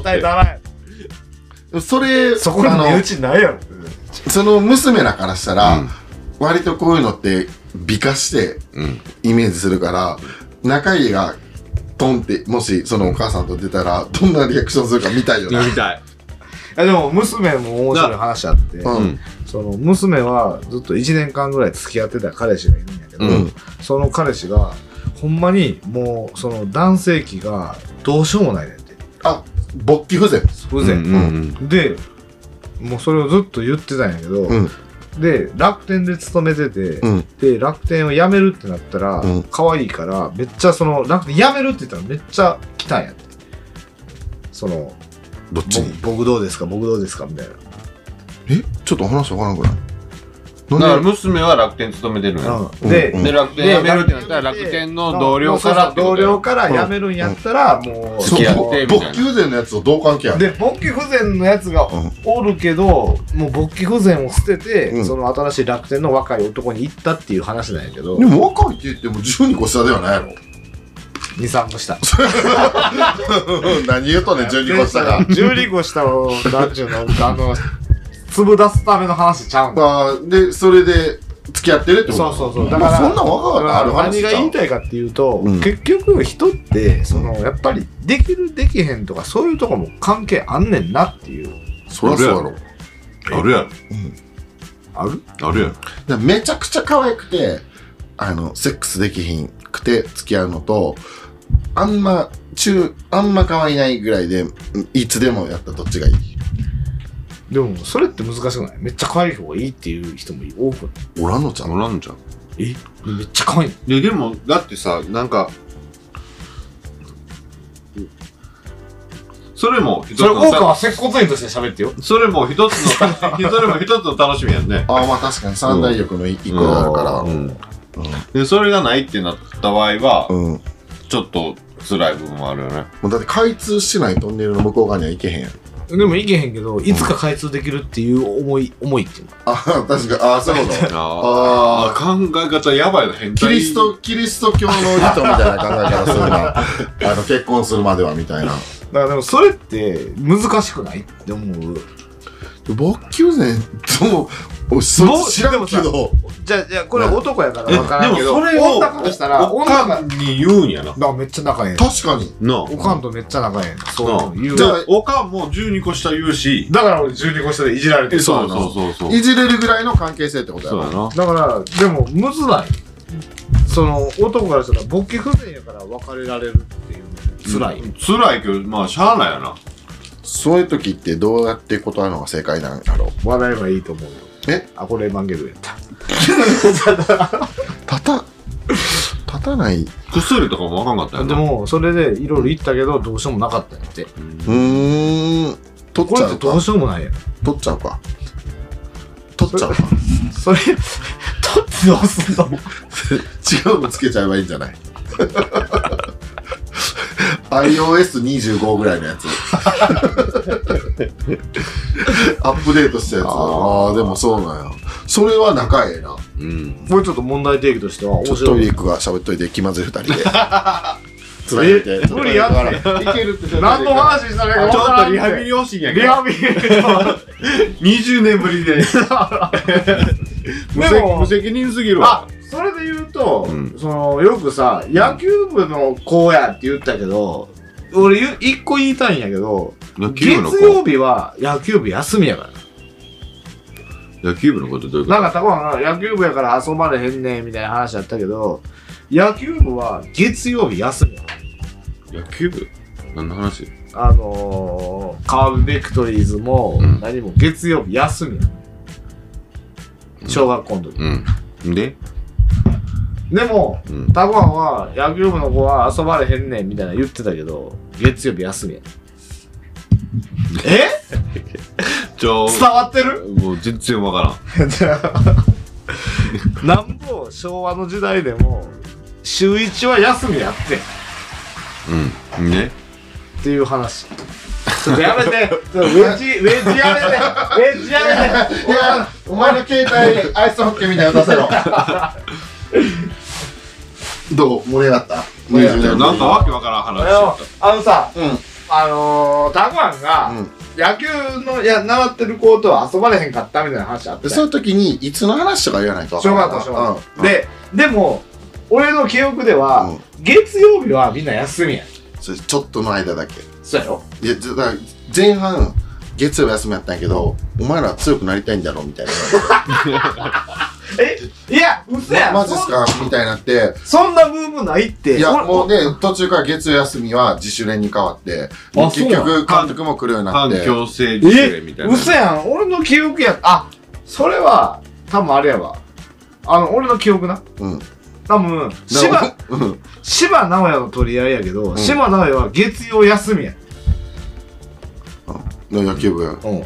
B: そこに値打ちないやろ。
A: その娘らからしたら、割とこういうのって美化してイメージするから、中井がトンってもしそのお母さんと出たらどんなリアクションするか見たいよね。
C: 見たい。
B: でも娘も面白い話あって、その娘はずっと1年間ぐらい付き合ってた彼氏がいるんやけど、その彼氏がほんまにもうその男性器がどうしようもないねんって。
A: 勃起不全。
B: でもうそれをずっと言ってたんやけど、で楽天で勤めてて、で楽天を辞めるってなったら、可愛いからめっちゃその楽天辞めるって言ったらめっちゃ来たんやって。その
A: どっちに？
B: 僕どうですかみたいな。
A: ちょっと話わからんくない？
C: だから娘は楽天勤めてるのよ。で、楽天辞めるってなったら楽天の同僚から
B: 辞めるんやったら、もう、
C: 付き合ってみたいな。
A: 勃起不全のやつとどう関係ある？
B: で、勃起不全のやつがおるけど、もう勃起不全を捨てて、その新しい楽天の若い男に行ったっていう話なんやけど。
A: でも若いって言っても12個下ではないの
B: ？2、3個下。
A: 何言うとね、12個下が。
B: 12個下を、なんちゅうの、粒出すための話ちゃうんだ。
A: で、それで付き合ってるってこと？
B: そう。
A: だからそんな若かったある話
B: 何が言いたいかっていうと、結局人ってやっぱりできるできへんとかそういうとこも関係あんねんなっていう。
A: そりゃそうやろ。
C: あるやろ。
B: ある
C: やろ。
A: めちゃくちゃ可愛くてセックスできひんくて付き合うのと、あんま可愛いないぐらいでいつでもやったらどっちがいい？
B: でもそれって難しくない？めっちゃ可愛い方がいいっていう人も多くない？
A: おらんのちゃん。
B: めっちゃ可愛い。
C: でもだってさ、なんかそれも一つの、
B: 大川接骨院として喋ってよ。
C: それも一つの楽しみやんね。
A: まあ確かに三大欲の一個があるから。
C: でそれがないってなった場合は、ちょっと辛い部分もあるよね。
A: もうだって開通しないトンネルの向こう側には行けへんやん。
B: でも行けへんけど、いつか開通できるっていう思いっていうの。
A: 確か、そういうこと。
C: 考え方やばいな、変態。
A: キリスト教の人みたいな考え方するな。結婚するまではみたいな。
B: だからでもそれって難しくないって思う。
A: 勃起不全と知らんけど。
B: じゃあこれ男やから分からんけど、
C: でもそれを
B: 女からしたら
C: おかんに言うんやな。
B: めっちゃ仲ええ。
A: 確かに。
B: おかんとめっちゃ仲ええ。そう言う。
C: じゃあおかんも12個下言うし。
B: だから俺12個下でいじられてる。
C: そう。
A: いじれるぐらいの関係性ってことやな。
B: だからでもむずない。男からしたら勃起不全やから別れられるっていう辛い。
C: 辛いけど、まあしゃあないやな。
A: そういう時ってどうやって断るのが正解なんだろ
B: う？笑えばいいと思うよ。これマンゲルやった。
A: 立たない。
C: 薬とかもわかんかったよな。
B: でもそれでいろいろ言ったけどどうしようもなかったんやって。
A: 取っちゃうか。
B: これってどうしようもないやん。
A: 取っちゃうか。
B: それ取ってどうすんの？
A: 違うのつけちゃえばいいんじゃない？iOS25 ぐらいのやつアップデートしたやつ。でもそうなんや。それは仲ええな。
B: これちょっと問題提起としては面白い。
A: ちょっとリークが喋っといて気まずい2人で
B: 無理やっていけるって何の話したらいいか
C: ちょっとリハビリ欲しいんやけど。
B: リハビリ
C: 20年ぶりで無責任すぎるわ。
B: それで言うと、よくさ、野球部の子やって言ったけど、俺一個言いたいんやけど、月曜日は野球部休みやから。
C: 野球部のことどういうこと？
B: なんかたぶん野球部やから遊ばれへんねんみたいな話やったけど、野球部は月曜日休みやから。
C: 野球部？何の話？
B: カーブベクトリーズも何も月曜日休みや。小学校の時。でも、タコアンは野球部の子は遊ばれへんねんみたいな言ってたけど、月曜日休みや。伝わってる？
C: もう全然わからん。
B: なんぼ昭和の時代でも週1は休みやって。っていう話。ちょっとやめて。ウェッジやめて。
A: いや、お前の携帯アイスホッケーみたいなの出せろ。どう？盛り上がった？
C: なんかわけわからん話。
B: さ、タコアンが野球の習ってる子とは遊ばれへんかったみたいな話あって。
A: その時にいつの話とか言わないと。
B: 小学校。でも俺の記憶では月曜日はみんな休みや。
A: ちょっとの間だけ。
B: そうやろ？
A: いや、だから前半月曜日休みやったんやけど、お前ら強くなりたいんだろみたいな。
B: いや、嘘やん。
A: マジっすかみたいになって。
B: そんなムーブないって。
A: いや、もうね、途中から月曜休みは自主練に変わって、結局監督も来るようになって。
C: 反強制自主練みたいな。
B: 嘘やん。俺の記憶や。それは、多分あれやわ。俺の記憶な。多分、柴直哉の取り合いやけど、柴直哉は月曜休みや。
A: 野球部や。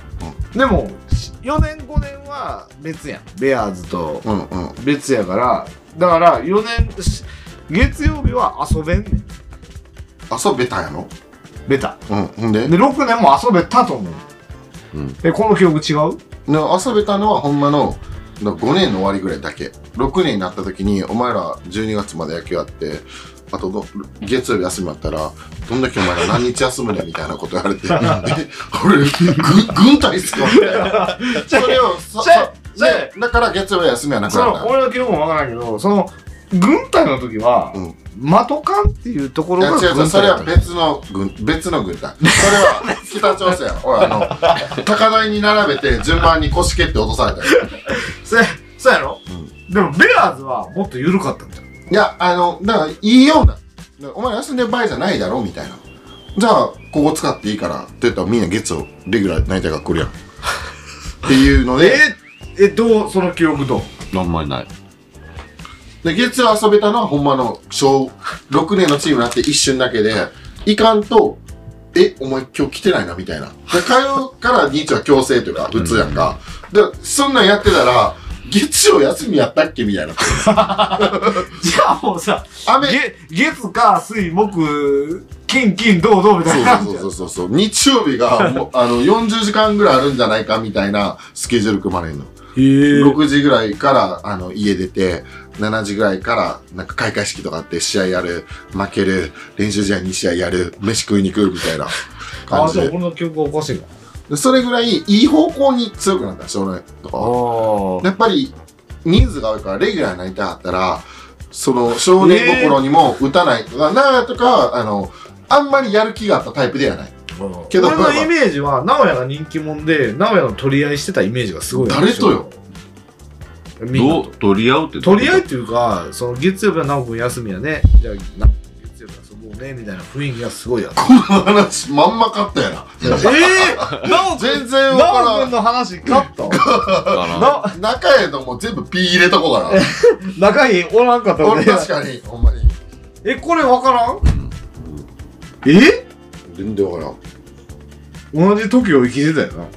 B: でも4年5年は別やん、ベアーズと別やから、だから4年月曜日は遊べんねん。
A: 遊べたやろ。
B: ベタ。
A: で
B: 6年も遊べたと思う。この記憶違う？
A: 遊べたのはほんまの5年の終わりぐらいだけ。6年になった時にお前ら12月まで野球やって、あと月曜日休みあったらどんだけお前ら何日休むねみたいなこと言われて俺軍隊っすかみたいな。それをだから月曜日休みはなくなった。
B: 俺の記憶もわからんけど、その軍隊の時は、的艦っていうところが軍隊。
A: 違う、それは別の軍隊。それは北朝鮮や。俺高台に並べて順番に腰蹴って落とされたよ。
B: そうやろ？でもベアーズはもっと緩かったんじゃん。
A: いや、だから言いような。お前休んでる場合じゃないだろみたいな。じゃあ、ここ使っていいからって言ったらみんな月曜レギュラーナイターが来るやん。っていうので。
B: その記憶と。
C: あんまりない。
A: で、月曜遊べたのはほんまの小6年のチームになって一瞬だけで、いかんと、お前今日来てないなみたいな。で、火曜から日は強制というか、普通やんか。で、そんなんやってたら、月曜休みやったっけみたいな。じ
B: ゃあもうさ、月火水木金どうみたいな。
A: そう。日曜日がもう40時間ぐらいあるんじゃないかみたいなスケジュール組まれるの。6時ぐらいから家出て、7時ぐらいからなんか開会式とかあって試合やる、負ける、練習試合2試合やる、飯食いに来るみたいな感じで。
B: じゃあ俺の記憶がおかしいな。
A: それぐらいいい方向に強くなった少年とかは。やっぱり人数が多いからレギュラーになりたかったら、その少年心にも打たないとか、とか、あんまりやる気があったタイプではない。
B: けど俺のイメージは、直哉が人気者で、直哉の取り合いしてたイメージがすごい。
A: 誰とよ？
C: 取り合うって？
B: 取り合いっていうか、その月曜日は直君休みやね。じゃあ、月曜日遊ぼうね、みたいな雰囲気がすごいやった。
A: この話、まんまかったやな。全然わからん。
B: 直君の話カット
A: 中へのも全部ピー入れとこうかな。
B: 中へおらんかった
A: 俺確かに、ほんまに。
B: これわからん？
A: 全然わからん。
B: 同じ時を生きてたよな。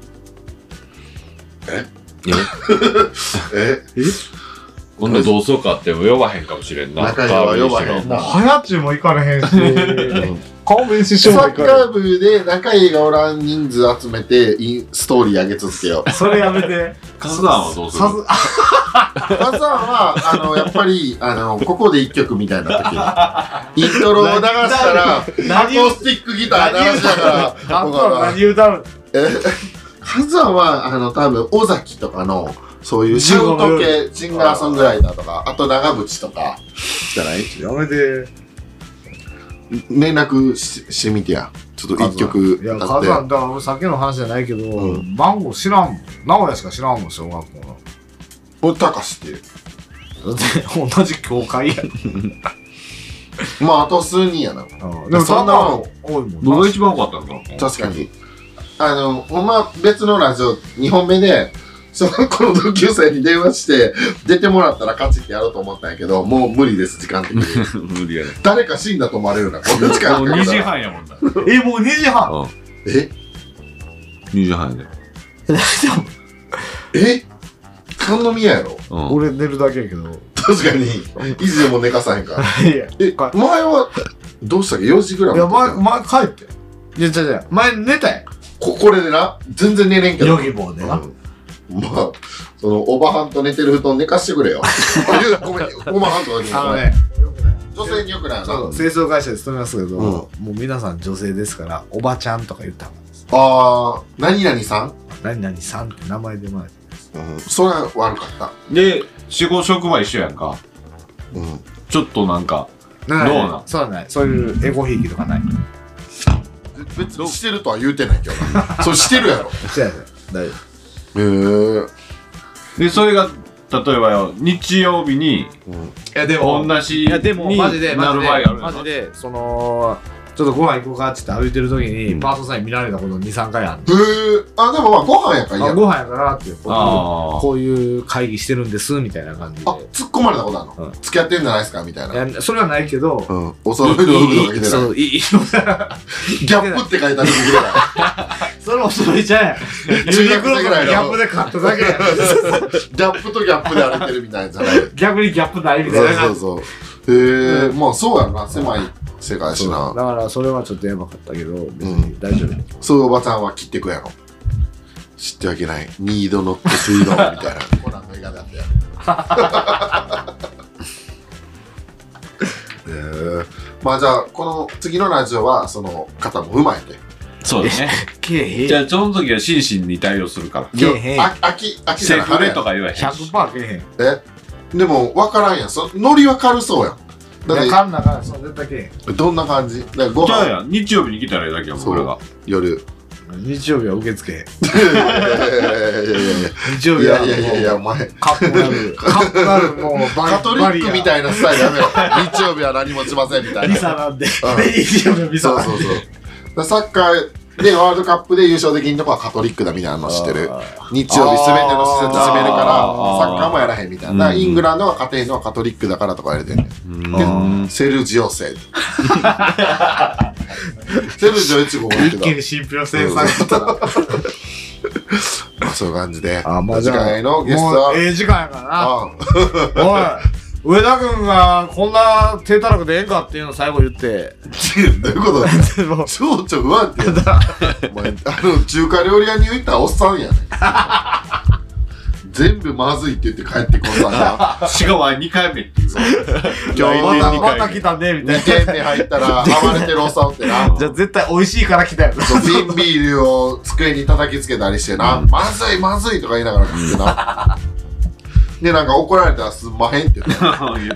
C: 今度同窓会っても呼ばへんかもしれんな。
A: 中には呼ばへんな。
B: はやちも行かれへんし、勘弁師匠も行かれへん。
A: サッカー部で中井がおらん人数集めてストーリー上げ続けよう。
B: それやめて。
C: カズダンはどうする？
A: カズダンは、やっぱり、ここで一曲みたいな時に、イントロを流したら、アコースティックギター鳴らしながら、
B: 何歌う？
A: カズダンは、多分、尾崎とかの、そういうシャウト系、シンガーソングライターとか、あと長渕とか、じゃない？
B: やめて。
A: 連絡してみてや。ちょっと一曲
B: いや、カズダン、だから俺さっきの話じゃないけど、番号知らんもん。直哉しか知らんもん、小学校の。
A: 俺、高しっていう。
B: だって同じ教会や。
A: まあ、あと数人やな。
B: でもそんなの多いもん。
C: 僕が一番多かったんだ。
A: 確かに。ほんま別のラジオ2本目で、小学校の同級生に電話して、出てもらったら勝ちってやろうと思ったんやけど、もう無理です、時間的に。
C: 無理やね。
A: 誰か死んだと思われるな、こんな時間。
C: もう2時半やもんな。
B: もう2時半
C: 2時半や
A: で。三宮やろ？
B: 俺寝るだけやけど。
A: 確かに。いつでも寝かさへんから。前は、どうしたっけ？ 4 時ぐらい。
B: いや、前帰って。いや、前寝たやん。
A: これでな、全然寝れんけど。
B: ヨギボーでな。
A: まあ、その、おばはんと寝てる布団寝かしてくれよ。ごめん、おばはんとかにもね。女性によくないな。
B: そう、清掃会社で勤めますけど、もう皆さん女性ですから、おばちゃんとか言ったんです。
A: 何々さん？
B: 何々さんって名前でもらってます。
A: それは悪かった。
C: で、職場一緒やんか。ちょっとなんか、どうなん？
B: そうはない。そういうエゴひいきとかない。
A: 別にしてるとは言うてないけどな。それしてるやろ。
B: してない。大丈
A: 夫。
C: で、それが、例えばよ、日曜日に、
B: いやでも、
C: 同じになる場合がある。
B: マジで、その、 ちょっとご飯行こうかって歩いてる時に、パートさんに見られたこと2、3回ある。
A: あ、でもまあご飯やからいいやん。
B: ご飯やからっていう、こういう会議してるんです、みたいな感じで。
A: あ、突っ込まれたことあるの？付き合ってんじゃないですかみたいな。
B: いや、それはないけど、
A: お揃いの服とか着てない。
B: そう、
A: ギャップって書いてある服着てない。
B: それお揃いちゃうやん。ユニクロとかギャップで買っただけやん。
A: ギャップとギャップで歩いてるみたいなじゃない。
B: 逆にギャップないみたいな。
A: そうそう。まあそうやろな、狭い世界やしな。
B: だからそれはちょっとやばかったけど、別に大丈夫。
A: そういうおばちゃんは切ってくやろ。知ってはいけない。ニードノットツイドみたいな。コナンの映画であったやん。まあじゃあ、この次のラジオは、その方も踏まえて。
C: そうですね。じゃあ、その時は心身に対応するから。
A: 秋
C: セフレとか言わへん。
B: 100% けへん。
A: でも、わからんやん。ノリは軽そうやん。
B: だって、かんなかん、そう、絶対けへん。
A: どんな感じ？ご
C: 飯。じゃあ、日曜日に来たらいいだけやん、僕らが。
A: 夜。
B: 日曜日は受け付けへん。
A: 日曜日は。いや、お前。
B: カップなる。カップなる、もう、
A: カトリックみたいなスタイルやめろ。日曜日は何もしませんみたいな。
B: ミサなんで。日曜日はミサなんで。
A: そうそうそう。サッカーでワールドカップで優勝できんとこはカトリックだみたいなの知ってる。日曜日すべての施設閉めるから、サッカーもやらへんみたいな。イングランドが勝てへんのはカトリックだからとか言われてんねん。セルジオ生。セルジオ1号が
B: 一気に信憑性されたら。
A: そういう感じで。
B: 次
A: 回のゲストは。
B: 時間やからな。おい。上田君がこんな低たらくでええんかっていうのを最後言って。
A: どういうことだ超不安定だ。お前、中華料理屋に行ったらおっさんやねん。全部まずいって言って帰ってこさんが。
C: しかも2回目っていう。
B: 今日また来たね、みたいな。
A: 2軒目入ったら暴れてるおっさんおってな。
B: じゃあ絶対美味しいから来たよな。
A: 瓶ビールを机に叩きつけたりしてな。まずいまずいとか言いながら食ってな。で、なんか怒られたらすんまへんって言って。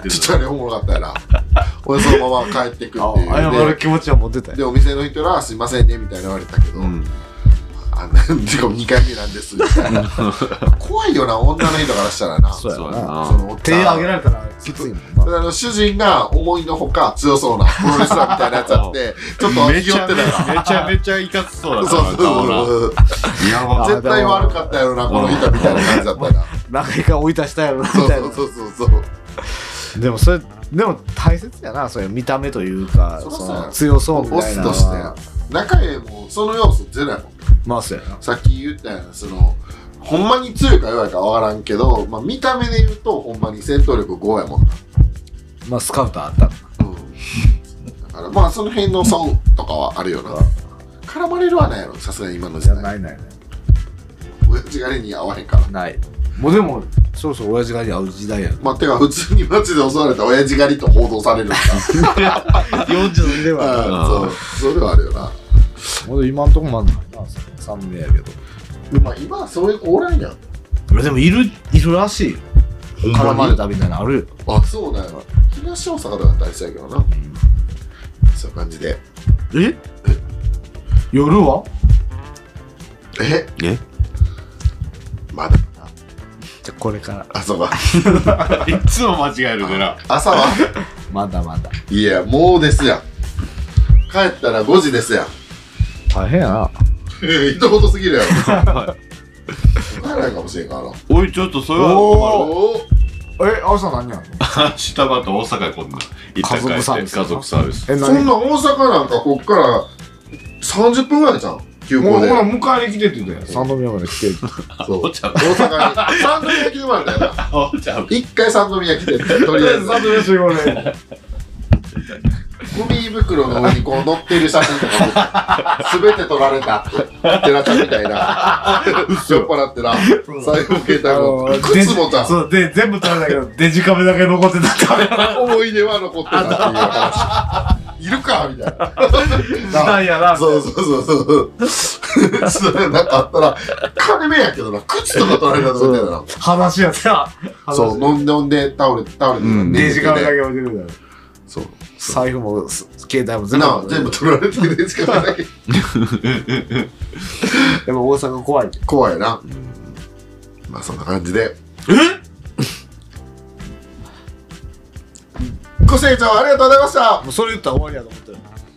A: ちっちゃいおもろかったやな。俺そのまま帰ってくっていう。
B: 謝る気持ちは持ってたよ。
A: で、お店の人らすいませんねみたいな言われたけど、しかも2回目なんですみたいな。怖いよな、女の人からしたらな。
B: そうやな。手挙げられたらきついもん
A: な。主人が思いのほか強そうなプロレスラーみたいなやつあって、ちょっと気負ってたよ。
C: めちゃめちゃいかつそうだった。
A: そう絶対悪かったやろな、この人みたいな感じだったら。
B: 何回追い出したやろな、みたいな。
A: そう。
B: でもそれ、でも大切やな、そういう見た目というか、強そうみたいな。
A: オスとして。中へもその要素ゼロやもん。
B: まあそうやな。
A: さっき言ったやん、ほんまに強いか弱いかわからんけど、まあ見た目で言うとほんまに戦闘力5やもんな。
B: まあスカウターあった。
A: だからまあその辺の損とかはあるよな。絡まれるはないやろ、さすがに今の時代。
B: ない。
A: 親父狩りに合わへんから。
B: ない。もうでも、そうそう親父狩りに合う時代やん。
A: まあてか普通に街で襲われた親父狩りと報道されるんだ。
B: 40では。
A: そう、それはあるよな。
B: 今んとこまだないな、3名やけど。
A: まあ今はそういう子おらんやん。
B: でもいるらしいよ。絡まれたみたいなのあるよ。
A: あ、そうだよ。東大阪とか大事やけどな。そういう感じで。
B: 夜は
A: まだ
B: じゃこれから
A: 朝は
C: いつも間違えるでな。
A: 朝は
B: まだ
A: いやもうですやん。帰ったら5時ですやん。
B: 大変やな。
A: 一言すぎるやろ。帰らないかもしれんからな。
C: おいちょっとそれは
B: 朝何やんの？
C: 下場と大阪今度
B: 家族サービス。
C: 家族サービス。
A: そんな大阪なんかこっから30分ぐらいじゃん。急行で。
B: もう迎えに来てって言ったよ。三宮まで来て。
C: そう。大阪
A: に。三宮来てもらったよな。一回三宮来て、とりあえず。
B: 三宮集合で。
A: ゴミ袋の上にこう乗ってる写真とかすべて撮られた寺ちゃんみたいな酔っ払ってな財布携帯も靴もた
B: そうで全部撮られたけどデジカメだけ残ってた
A: 思い出は残ってたっていう話いるかみたいな
B: 時代やな
A: そうそれなんかあったら金目やけどな靴とか撮られたと思ってたな
B: 話やった
A: そう飲んで倒れて
B: デジカメだけ置いてるんだよ
A: そう
B: 財布も携帯も
A: 全部取られてるデジカメだけ
B: でも大阪
A: 怖いなまあそんな感じでご清聴ありがとうございました
B: もうそれ言ったら終わりやと思ってる